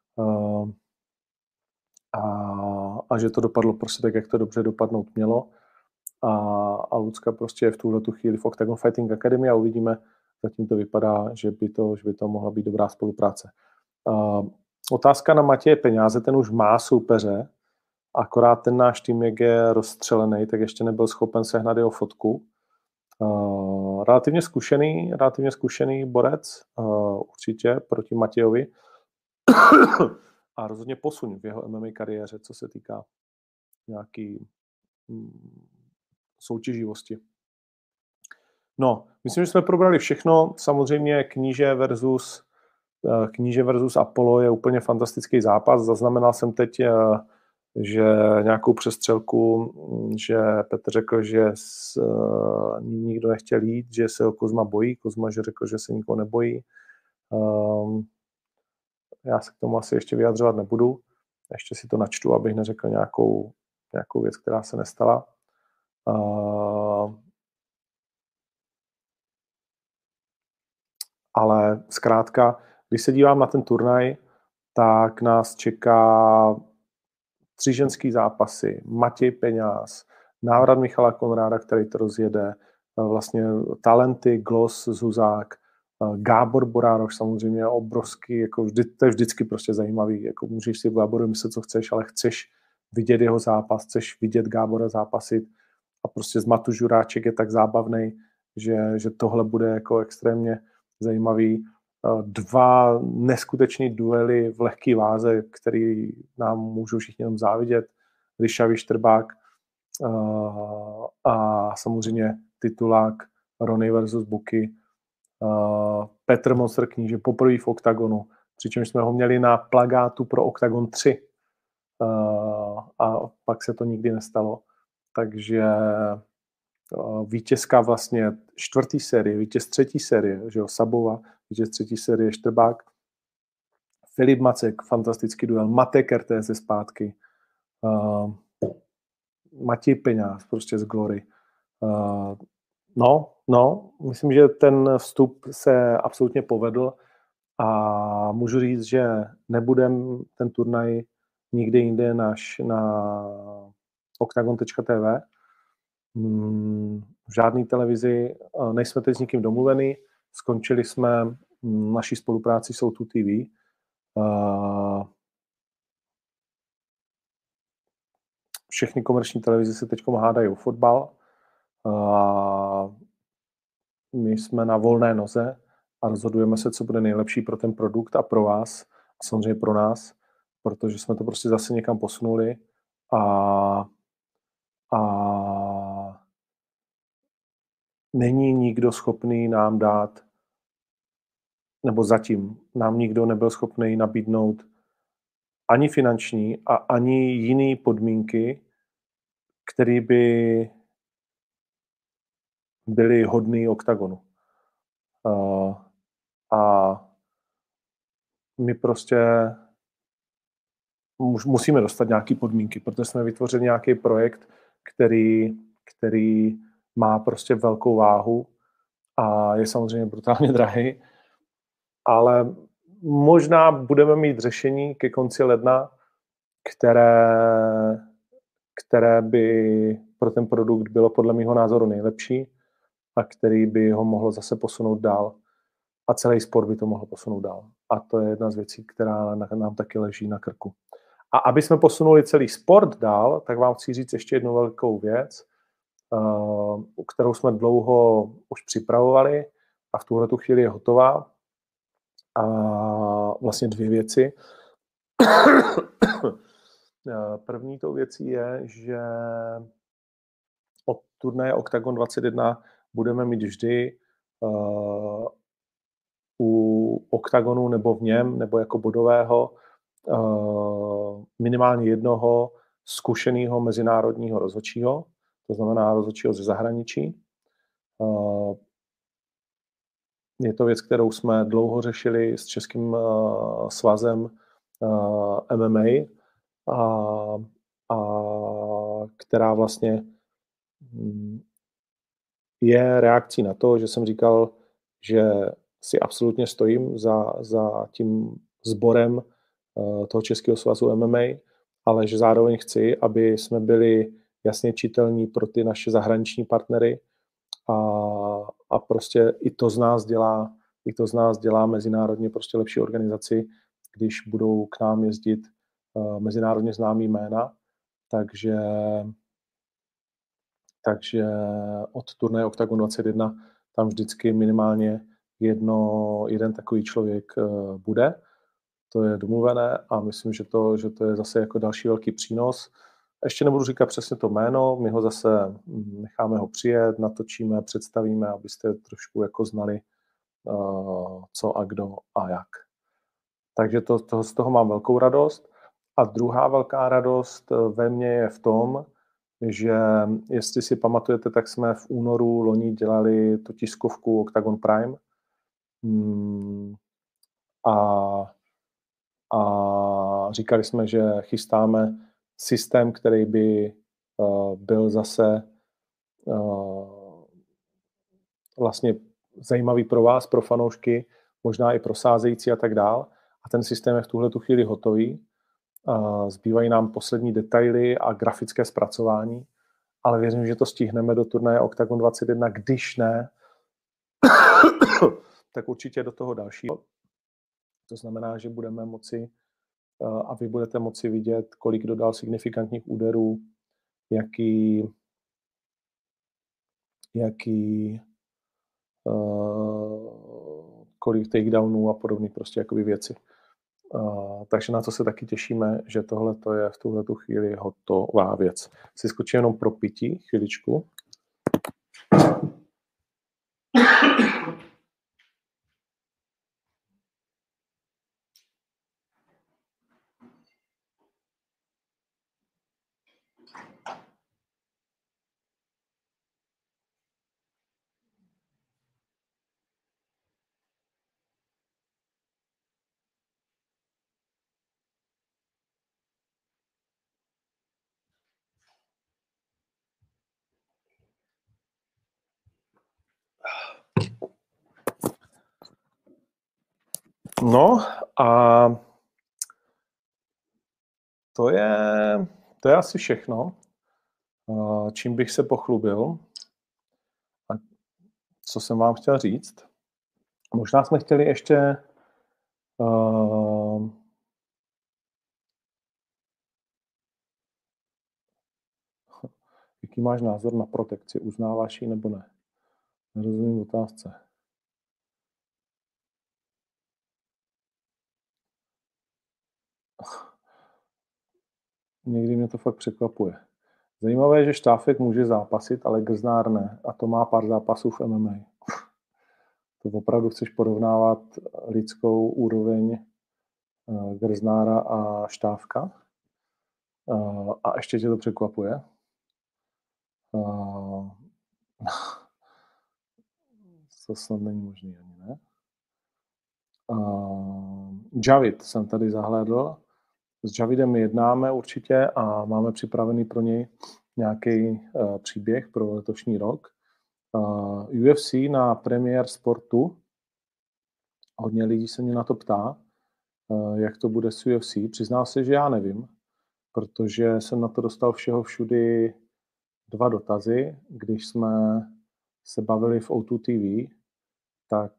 A že to dopadlo prostě tak, jak to dobře dopadnout mělo. A Lucka prostě je v tuhletu chvíli v Octagon Fighting Academy a uvidíme, zatím to vypadá, že by to mohla být dobrá spolupráce. Otázka na Matěje Peňáze, ten už má soupeře, akorát ten náš tým, jak je rozstřelený, tak ještě nebyl schopen sehnat jeho fotku. Relativně zkušený borec, určitě proti Matějovi. A rozhodně posun v jeho MMA kariéře, co se týká nějaký soutěživosti. No, myslím, že jsme probrali všechno. Samozřejmě Kníže versus Apollo je úplně fantastický zápas. Zaznamenal jsem teď, že nějakou přestřelku, že Petr řekl, že nikdo nechtěl jít, že se ho Kozma bojí. Kozma, že řekl, že se nikoho nebojí. Já se k tomu asi ještě vyjadřovat nebudu. Ještě si to načtu, abych neřekl nějakou věc, která se nestala. Ale zkrátka, když se dívám na ten turnaj, tak nás čeká 3 ženský zápasy, Matěj Peňáz, návrat Michala Konráda, který to rozjede, vlastně talenty, Glos, Zuzák, Gábor Borároš samozřejmě obrovský, jako to je vždycky prostě zajímavý, jako můžeš si v Gáboru myslet, co chceš, ale chceš vidět jeho zápas, chceš vidět Gábora zápasit a prostě z Matu Žuráček je tak zábavný, že tohle bude jako extrémně zajímavý. 2 neskutečný duely v lehké váze, který nám můžou všichni jenom závidět. Ryšavý Štrbák a samozřejmě titulák Ronny versus Buky. Petr Monster Kníže poprvé v OKTAGONu, přičemž jsme ho měli na plagátu pro OKTAGON 3 a pak se to nikdy nestalo. Takže vítězka vlastně 4. série, vítěz 3. série, že jo, Sabova, vítěz 3. série Štrbák, Filip Macek, fantastický duel, Matej Kertész ze zpátky, Matěj Peňáz prostě z Glory. No, myslím, že ten vstup se absolutně povedl a můžu říct, že nebudem ten turnaj nikde jinde než na oktagon.tv. V žádné televizi, nejsme teď s nikým domluvený, skončili jsme naší spolupráci s O2 TV. Všechny komerční televize se teď hádají o fotbal. My jsme na volné noze a rozhodujeme se, co bude nejlepší pro ten produkt a pro vás a samozřejmě pro nás, protože jsme to prostě zase někam posunuli a není nikdo schopný nám dát, nebo zatím nám nikdo nebyl schopný nabídnout ani finanční a ani jiné podmínky, které by byly hodný OKTAGONu. A my prostě musíme dostat nějaké podmínky, protože jsme vytvořili nějaký projekt, který má prostě velkou váhu a je samozřejmě brutálně drahý, ale možná budeme mít řešení ke konci ledna, které by pro ten produkt bylo podle mého názoru nejlepší a který by ho mohlo zase posunout dál. A celý sport by to mohlo posunout dál. A to je jedna z věcí, která nám taky leží na krku. A aby jsme posunuli celý sport dál, tak vám chci říct ještě jednu velkou věc, kterou jsme dlouho už připravovali a v tuhletu chvíli je hotová. A vlastně 2 věci. První tou věcí je, že od turnaje Oktagon 21 budeme mít vždy u Oktagonu nebo v něm, nebo jako bodového minimálně jednoho zkušeného mezinárodního rozhodčího, to znamená rozhodčího ze zahraničí. Je to věc, kterou jsme dlouho řešili s Českým svazem MMA a která vlastně je reakcí na to, že jsem říkal, že si absolutně stojím za tím sborem toho Českého svazu MMA, ale že zároveň chci, aby jsme byli jasně čitelní pro ty naše zahraniční partnery a prostě i to z nás dělá mezinárodně prostě lepší organizaci, když budou k nám jezdit mezinárodně známý jména, takže od turnaje Oktagon 21 tam vždycky minimálně jeden takový člověk bude. To je domluvené a myslím, že to je zase jako další velký přínos. Ještě nebudu říkat přesně to jméno, my ho zase necháme ho přijet, natočíme, představíme, abyste trošku jako znali, co a kdo a jak. Takže z toho mám velkou radost. A druhá velká radost ve mně je v tom, že jestli si pamatujete, tak jsme v únoru loni dělali tu tiskovku Oktagon Prime a říkali jsme, že chystáme systém, který by byl zase vlastně zajímavý pro vás, pro fanoušky, možná i pro sázející a tak dál. A ten systém je v tuhletu chvíli hotový. Zbývají nám poslední detaily a grafické zpracování, ale věřím, že to stihneme do turnaje Oktagon 21, když ne, tak určitě do toho dalšího. To znamená, že budeme moci a vy budete moci vidět, kolik dodal signifikantních úderů, kolik takedownů a podobné prostě jakoby věci. Takže na to se taky těšíme, že tohle to je v tuhletu chvíli hotová věc. Si skočím jenom pro pití, chviličku. No a to je asi všechno, čím bych se pochlubil a co jsem vám chtěl říct. Možná jsme chtěli ještě jaký máš názor na protekci? Uznáváš ji nebo ne? Nerozumím otázce. Někdy mě to fakt překvapuje. Zajímavé je, že Štáfek může zápasit, ale Grznár ne. A to má pár zápasů v MMA. To opravdu chceš porovnávat lidskou úroveň Grznára a Štávka? A ještě tě to překvapuje? To snad není možný ani, ne? Javid jsem tady zahlédl. S Javidem jednáme určitě a máme připravený pro něj nějaký příběh pro letošní rok. UFC na premiér sportu. Hodně lidí se mě na to ptá, jak to bude s UFC. Přiznám se, že já nevím, protože jsem na to dostal všeho všudy 2 dotazy. Když jsme se bavili v O2 TV, tak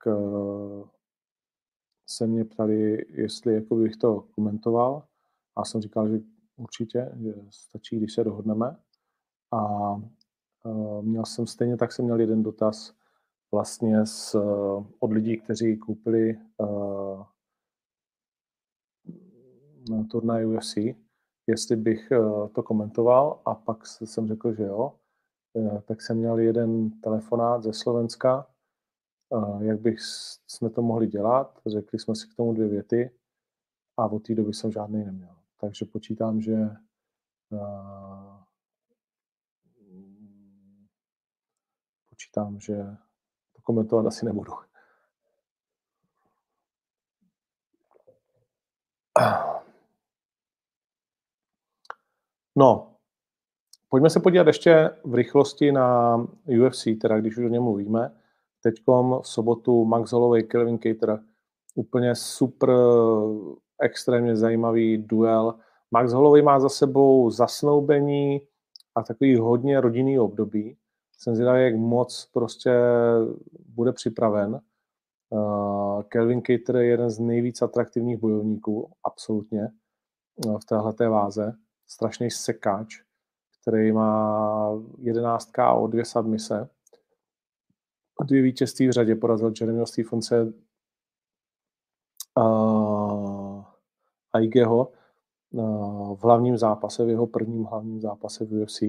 se mě ptali, jestli jako bych to komentoval. A jsem říkal, že určitě, že stačí, když se dohodneme. A stejně tak jsem měl jeden dotaz vlastně od lidí, kteří koupili na turnaj UFC, jestli bych to komentoval, a pak jsem řekl, že jo. Tak jsem měl jeden telefonát ze Slovenska, jak jsme to mohli dělat. Řekli jsme si k tomu 2 věty a od té doby jsem žádný neměl. Takže počítám, že to komentovat asi nebudu. No, pojďme se podívat ještě v rychlosti na UFC, teda když už o něm mluvíme. Teďkom v sobotu Max Holloway, Calvin Kattar, úplně super, extrémně zajímavý duel. Max Holloway má za sebou zasnoubení a takový hodně rodinný období. Jsem zvědavý, jak moc prostě bude připraven. Calvin Kattar je jeden z nejvíc atraktivních bojovníků, absolutně, v téhleté váze. Strašný sekáč, který má 11 KO, 2 submise, 2 vítězství v řadě, porazil Jeremyho Stephensona a Igeho v hlavním zápase, v jeho prvním hlavním zápase v UFC.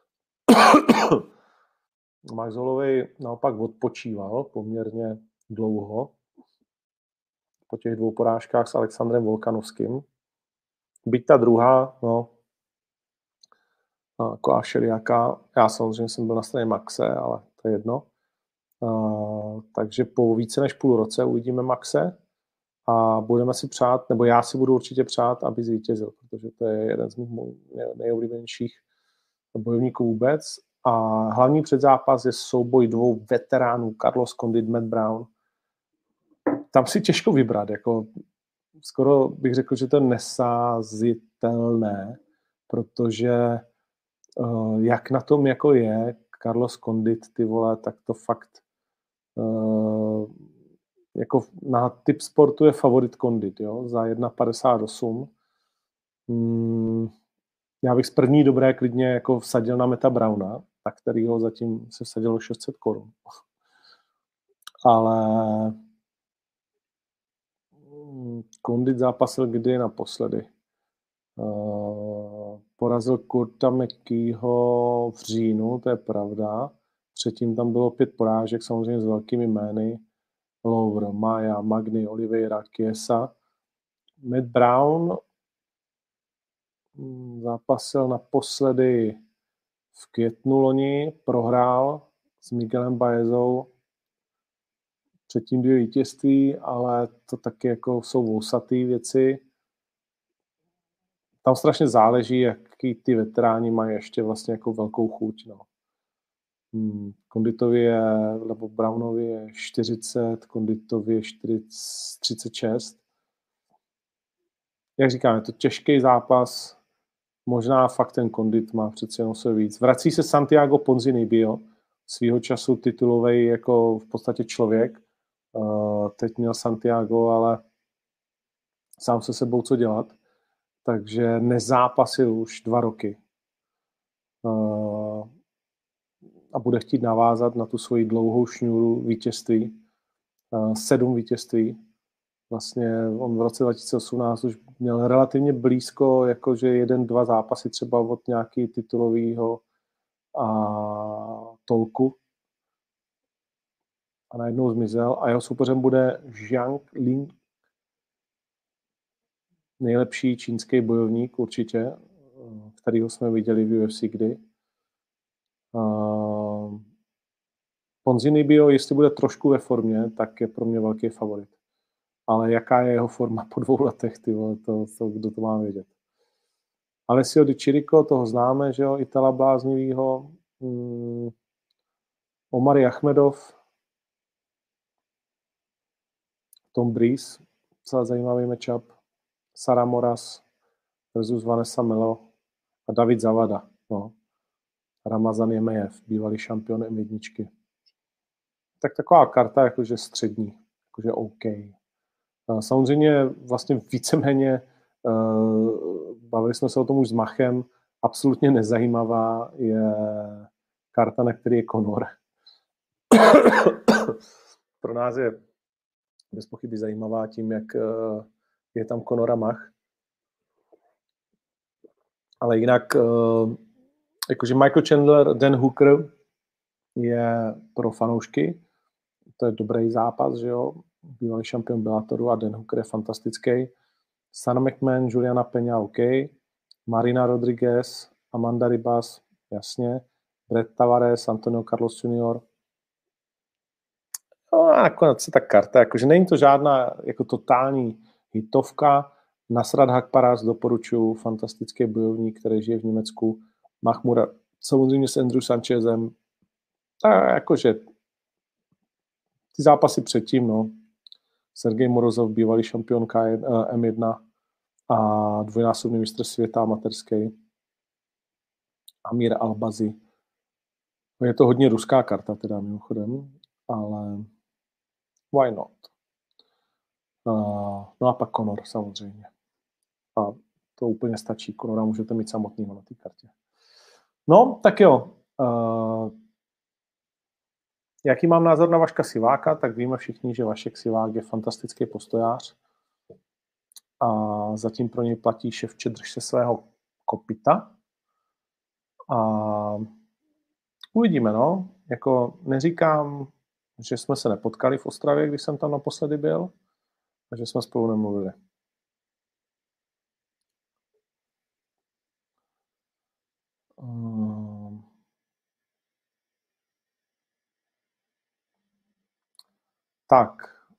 Max Holloway naopak odpočíval poměrně dlouho po těch 2 porážkách s Alexandrem Volkanovským. Byť ta druhá, jako Šeliaka, já samozřejmě jsem byl na straně Maxe, ale to je jedno. Takže po více než půl roce uvidíme Maxe a budeme si přát, nebo já si budu určitě přát, aby zvítězil, protože to je jeden z mých nejoblíbenějších bojovníků vůbec. A hlavní předzápas je souboj 2 veteránů, Carlos Condit, Matt Brown. Tam si těžko vybrat, jako skoro bych řekl, že to je nesázitelné, protože jak na tom jako je Carlos Condit, ty vole, tak to fakt jako na typ sportu je favorit Kondit, jo, za 1,58. Já bych z první dobré klidně jako vsadil na Meta Browna, na kterýho zatím se vsadilo 600 korun. Ale Kondit zápasil kdy naposledy. Porazil Kurta McKeeho v říjnu, to je pravda. Předtím tam bylo 5 porážek, samozřejmě s velkými jmény. Lawler, Maia, Magny, Oliveira, Chiesa. Matt Brown zápasil naposledy v květnu loni, prohrál s Miguelem Baezou. Předtím 2 vítězství, ale to taky jako jsou vousatý věci. Tam strašně záleží, jaký ty veteráni mají ještě vlastně jako velkou chuť. No. Konditovi je, nebo Brownovi je 40, Konditovi je 36. Jak říkám, je to těžký zápas, možná fakt ten Kondit má přece jenom se víc. Vrací se Santiago Ponzinibbio, svýho času titulový jako v podstatě člověk. Teď měl Santiago, ale sám se sebou co dělat. Takže nezápasil už 2 roky. A bude chtít navázat na tu svoji dlouhou šňůru vítězství. 7 vítězství. Vlastně on v roce 2018 už měl relativně blízko, jakože 1-2 zápasy třeba od nějaký titulovýho tolku. A najednou zmizel. A jeho soupeřem bude Zhang Ling, nejlepší čínský bojovník určitě, kterýho jsme viděli v UFC kdy. Ponzinibbio, jestli bude trošku ve formě, tak je pro mě velký favorit. Ale jaká je jeho forma po 2 letech, ty vole, to kdo to má vědět. Alessio Di Chirico, toho známe, že jo, Itala bláznivýho. Omari Achmedov, Tom Breeze, celá zajímavý matchup. Sara Moras versus Vanessa Melo a David Zavada. No. Ramazan Jemejev, bývalý šampion M1. Tak taková karta jakože střední, jakože OK. Samozřejmě vlastně víceméně bavili jsme se o tom už s Machem, absolutně nezajímavá je karta, na který je Conor. Pro nás je bez pochyby zajímavá tím, jak je tam Conor a Mach. Ale jinak jakože Michael Chandler, Dan Hooker je pro fanoušky. To je dobrý zápas, že jo. Bývalý šampion Bellatoru a Dan Hooker je fantastický. Sana McMahon, Juliana Peña, OK. Marina Rodriguez, Amanda Ribas, jasně. Brett Tavares, Antonio Carlos Jr. No a nakonec ta karta, jakože není to žádná jako totální hitovka. Nasrat Haqparast doporučuji, fantastický bojovník, který žije v Německu. Mahmura, samozřejmě s Andrew Sanchezem. A jakože ty zápasy předtím, no. Sergej Morozov, bývalý šampion M1 a dvojnásobný mistr světa amatérský. Amir Albazi. Je to hodně ruská karta teda mimochodem, ale why not? No a pak Conor samozřejmě. A to úplně stačí. Conora můžete mít samotnýho na té kartě. No, tak jo. Jaký mám názor na Vaška Siváka, tak víme všichni, že Vašek Sivák je fantastický postojář a zatím pro něj platí ševče drž se svého kopyta. A uvidíme, no. Jako neříkám, že jsme se nepotkali v Ostravě, když jsem tam naposledy byl, a že jsme spolu nemluvili. Tak.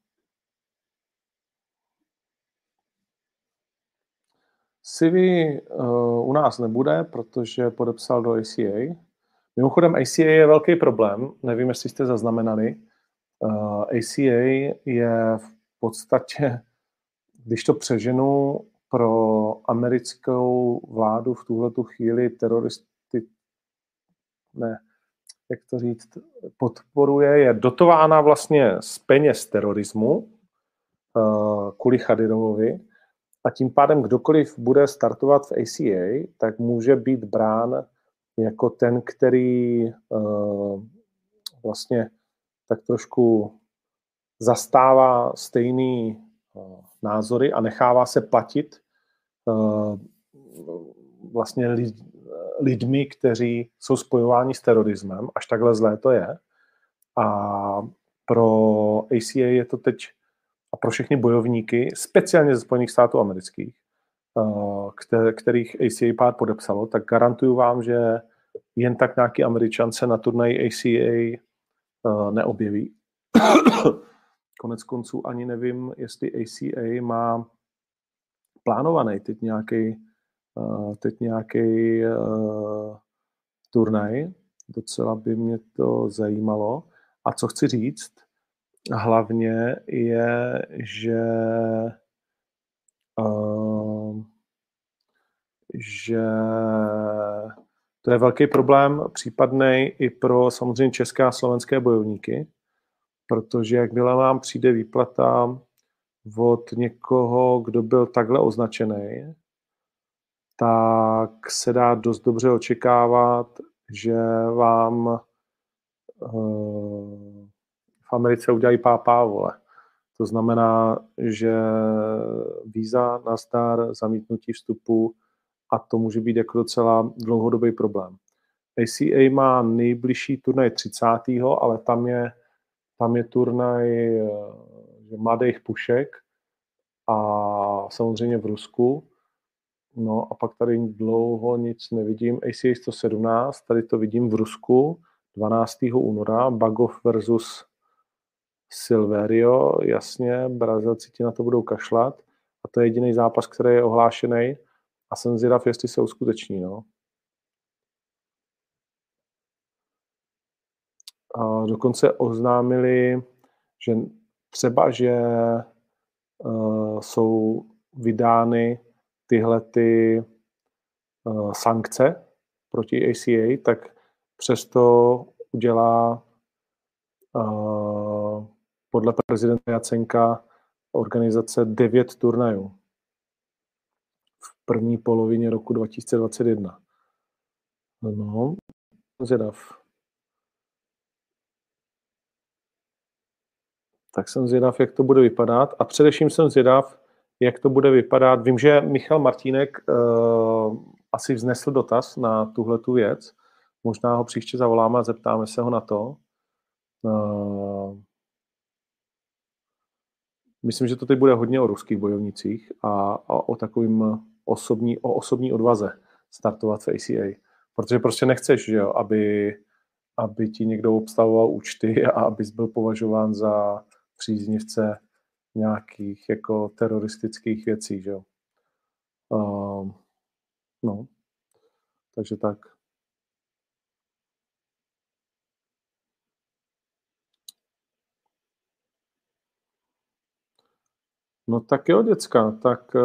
Sivi u nás nebude, protože podepsal do ACA. Mimochodem ACA je velký problém, nevím, jestli jste zaznamenali. ACA je v podstatě, když to přeženu, pro americkou vládu v tuhletu chvíli jak to říct, podporuje, je dotována vlastně z peněz terorismu kvůli Chadirovovi a tím pádem kdokoliv bude startovat v ACA, tak může být brán jako ten, který vlastně tak trošku zastává stejný názory a nechává se platit vlastně lidmi, kteří jsou spojováni s terorismem, až takhle zlé to je. A pro ACA je to teď a pro všechny bojovníky, speciálně ze Spojených států amerických, kterých ACA pár podepsalo, tak garantuju vám, že jen tak nějaký Američan se na turnaji ACA neobjeví. Konec konců ani nevím, jestli ACA má plánovaný teď nějaký turnaj. Docela by mě to zajímalo. A co chci říct, hlavně je, že to je velký problém případnej i pro samozřejmě české a slovenské bojovníky, protože jakmile vám přijde výplata od někoho, kdo byl takhle označený, tak se dá dost dobře očekávat, že vám v Americe udělají pápá, vole. To znamená, že víza, nazdar, zamítnutí vstupu a to může být jako docela dlouhodobý problém. ACA má nejbližší turnaj 30. ale tam je turnaj mladých pušek a samozřejmě v Rusku. No a pak tady dlouho nic nevidím. ACA 117, tady to vidím v Rusku 12. února, Bagov versus Silverio, jasně, Brazilci ti na to budou kašlat a to je jediný zápas, který je ohlášený a jsem zvědav, jestli se uskuteční, no. A dokonce oznámili, že třeba, že jsou vydány tyhle sankce proti ACA, tak přesto udělá podle prezidenta Jacenka organizace 9 turnajů v první polovině roku 2021. No, zvědav. Tak jsem zvědav, jak to bude vypadat. A především jsem zvědav, jak to bude vypadat. Vím, že Michal Martínek asi vznesl dotaz na tuhletu věc. Možná ho příště zavoláme a zeptáme se ho na to. Myslím, že to teď bude hodně o ruských bojovnicích a o takovým osobní odvaze startovat v ACA. Protože prostě nechceš, že jo, aby ti někdo obstavoval účty a abys byl považován za příznivce nějakých jako teroristických věcí, že jo. No, takže tak. No tak jo, děcka, tak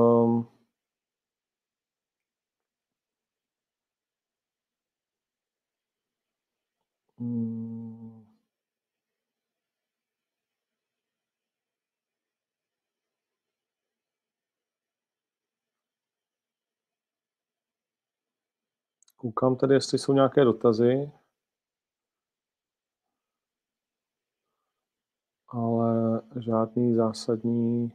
koukám tady, jestli jsou nějaké dotazy. Ale žádný zásadní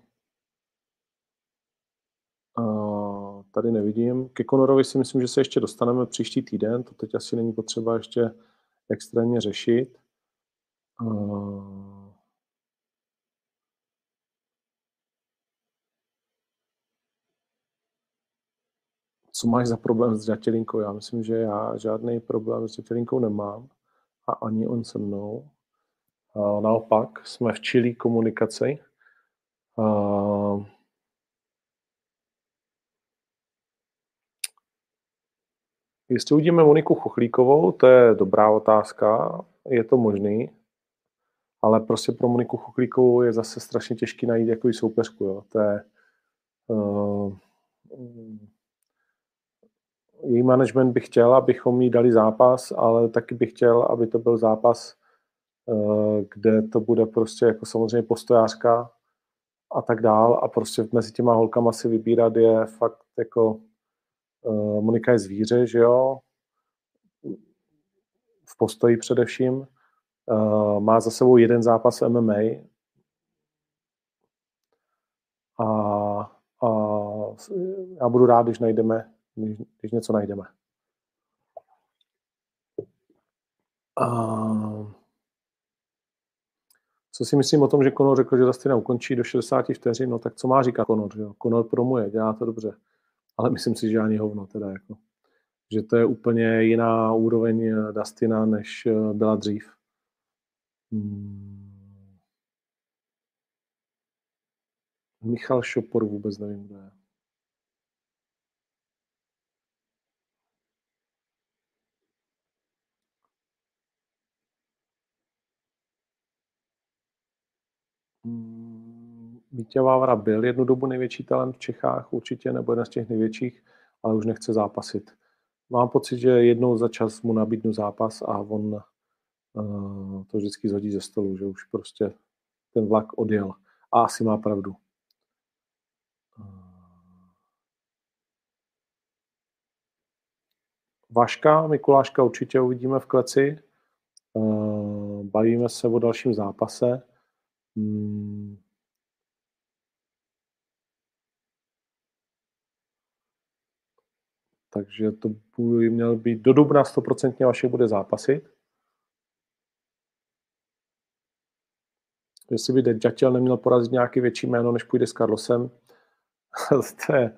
tady nevidím. Ke Conorovi si myslím, že se ještě dostaneme příští týden. To teď asi není potřeba ještě extrémně řešit. Co máš za problém s Žatělinkou? Já myslím, že já žádný problém s Žatělinkou nemám a ani on se mnou. Naopak, jsme v čilý komunikaci. Jestli uvidíme Moniku Chuchlíkovou, to je dobrá otázka, je to možný, ale prostě pro Moniku Chuchlíkovou je zase strašně těžký najít jakou soupeřku. Jo. To je její management by chtěl, abychom jí dali zápas, ale taky bych chtěl, aby to byl zápas, kde to bude prostě jako samozřejmě postojářka a tak dál a prostě mezi těma holkama si vybírat je fakt jako Monika je zvíře, že jo, v postoji především, má za sebou jeden zápas MMA a já budu rád, když něco najdeme. Co si myslím o tom, že Conor řekl, že Dustina ukončí do 60 vteřin, no tak co má říkat Conor, že jo? Conor promuje, dělá to dobře, ale myslím si, že ani hovno teda jako. Že to je úplně jiná úroveň Dustina, než byla dřív. Michal Šopor vůbec nevím, kdo je. Míťa Vávra byl jednu dobu největší talent v Čechách, určitě, nebo jeden z těch největších, ale už nechce zápasit. Mám pocit, že jednou za čas mu nabídnu zápas a on to vždycky zhodí ze stolu, že už prostě ten vlak odjel. A asi má pravdu. Vaška, Mikuláška určitě uvidíme v kleci. Bavíme se o dalším zápase. Takže to by měl být do dubna 100% Vašek bude zápasit. Jestli by Ďatěl neměl porazit nějaký větší jméno, než půjde s Carlosem, to je...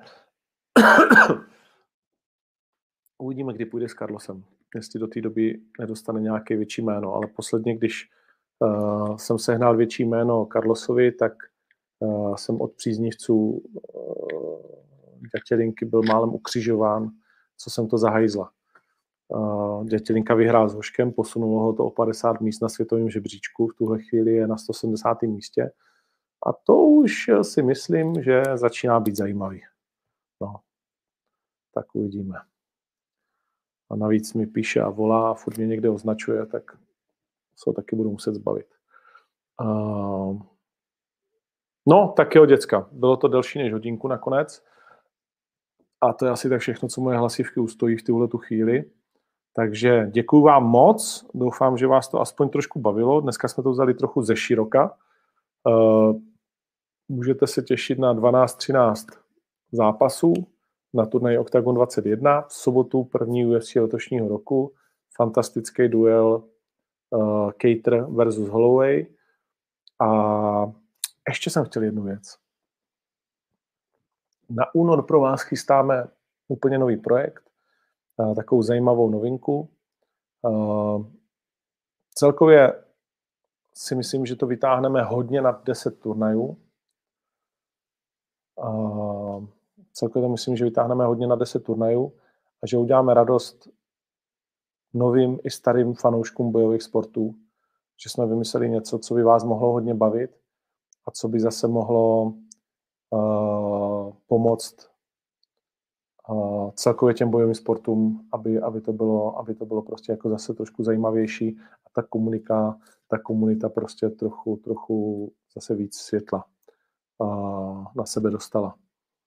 Uvidíme, kdy půjde s Carlosem. Jestli do té doby nedostane nějaké větší jméno, ale posledně, když jsem sehnal větší jméno Carlosovi, tak jsem od příznivců Ďatělinky byl málem ukřižován, co jsem to zahajzla. Ďatělinka vyhrál s Hoškem, posunulo ho to o 50 míst na světovém žebříčku, v tuhle chvíli je na 170. místě a to už si myslím, že začíná být zajímavý. No, tak uvidíme. A navíc mi píše a volá a furt mě někde označuje, tak se ho taky budu muset zbavit. No, tak jo, děcka. Bylo to delší než hodinku nakonec. A to je asi tak všechno, co moje hlasivky ustojí v tuhletu chvíli. Takže děkuju vám moc. Doufám, že vás to aspoň trošku bavilo. Dneska jsme to vzali trochu ze široka. Můžete se těšit na 12-13 zápasů na turnaji Octagon 21. V sobotu první UFC letošního roku. Fantastický duel Kattar versus Holloway. A ještě jsem chtěl jednu věc. Na únor pro vás chystáme úplně nový projekt, takovou zajímavou novinku. Celkově si myslím, že to vytáhneme hodně nad 10 turnajů. Celkově to myslím, že vytáhneme hodně na 10 turnajů a že uděláme radost novým i starým fanouškům bojových sportů, že jsme vymysleli něco, co by vás mohlo hodně bavit a co by zase mohlo pomoct celkově těm bojovým sportům, aby to bylo prostě jako zase trošku zajímavější a ta komunita prostě trochu zase víc světla na sebe dostala.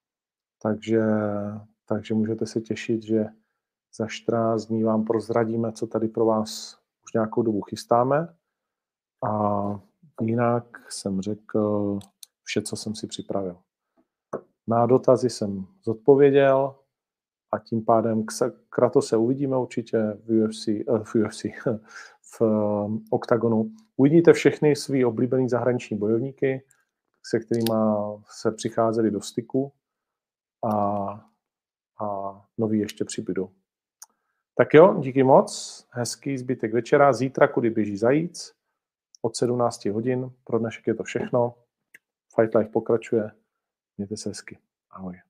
Takže můžete se těšit, že za 14 dní vám prozradíme, co tady pro vás už nějakou dobu chystáme. A jinak jsem řekl vše, co jsem si připravil. Na dotazy jsem zodpověděl a tím pádem Kratose uvidíme určitě v Octagonu. Uvidíte všechny svý oblíbený zahraniční bojovníky, se kterými se přicházeli do styku a noví ještě přibydou. Tak jo, díky moc, hezký zbytek večera. Zítra kudy běží zajíc od 17 hodin. Pro dnešek je to všechno. Fight Life pokračuje. Mějte se hezky. Ahoj.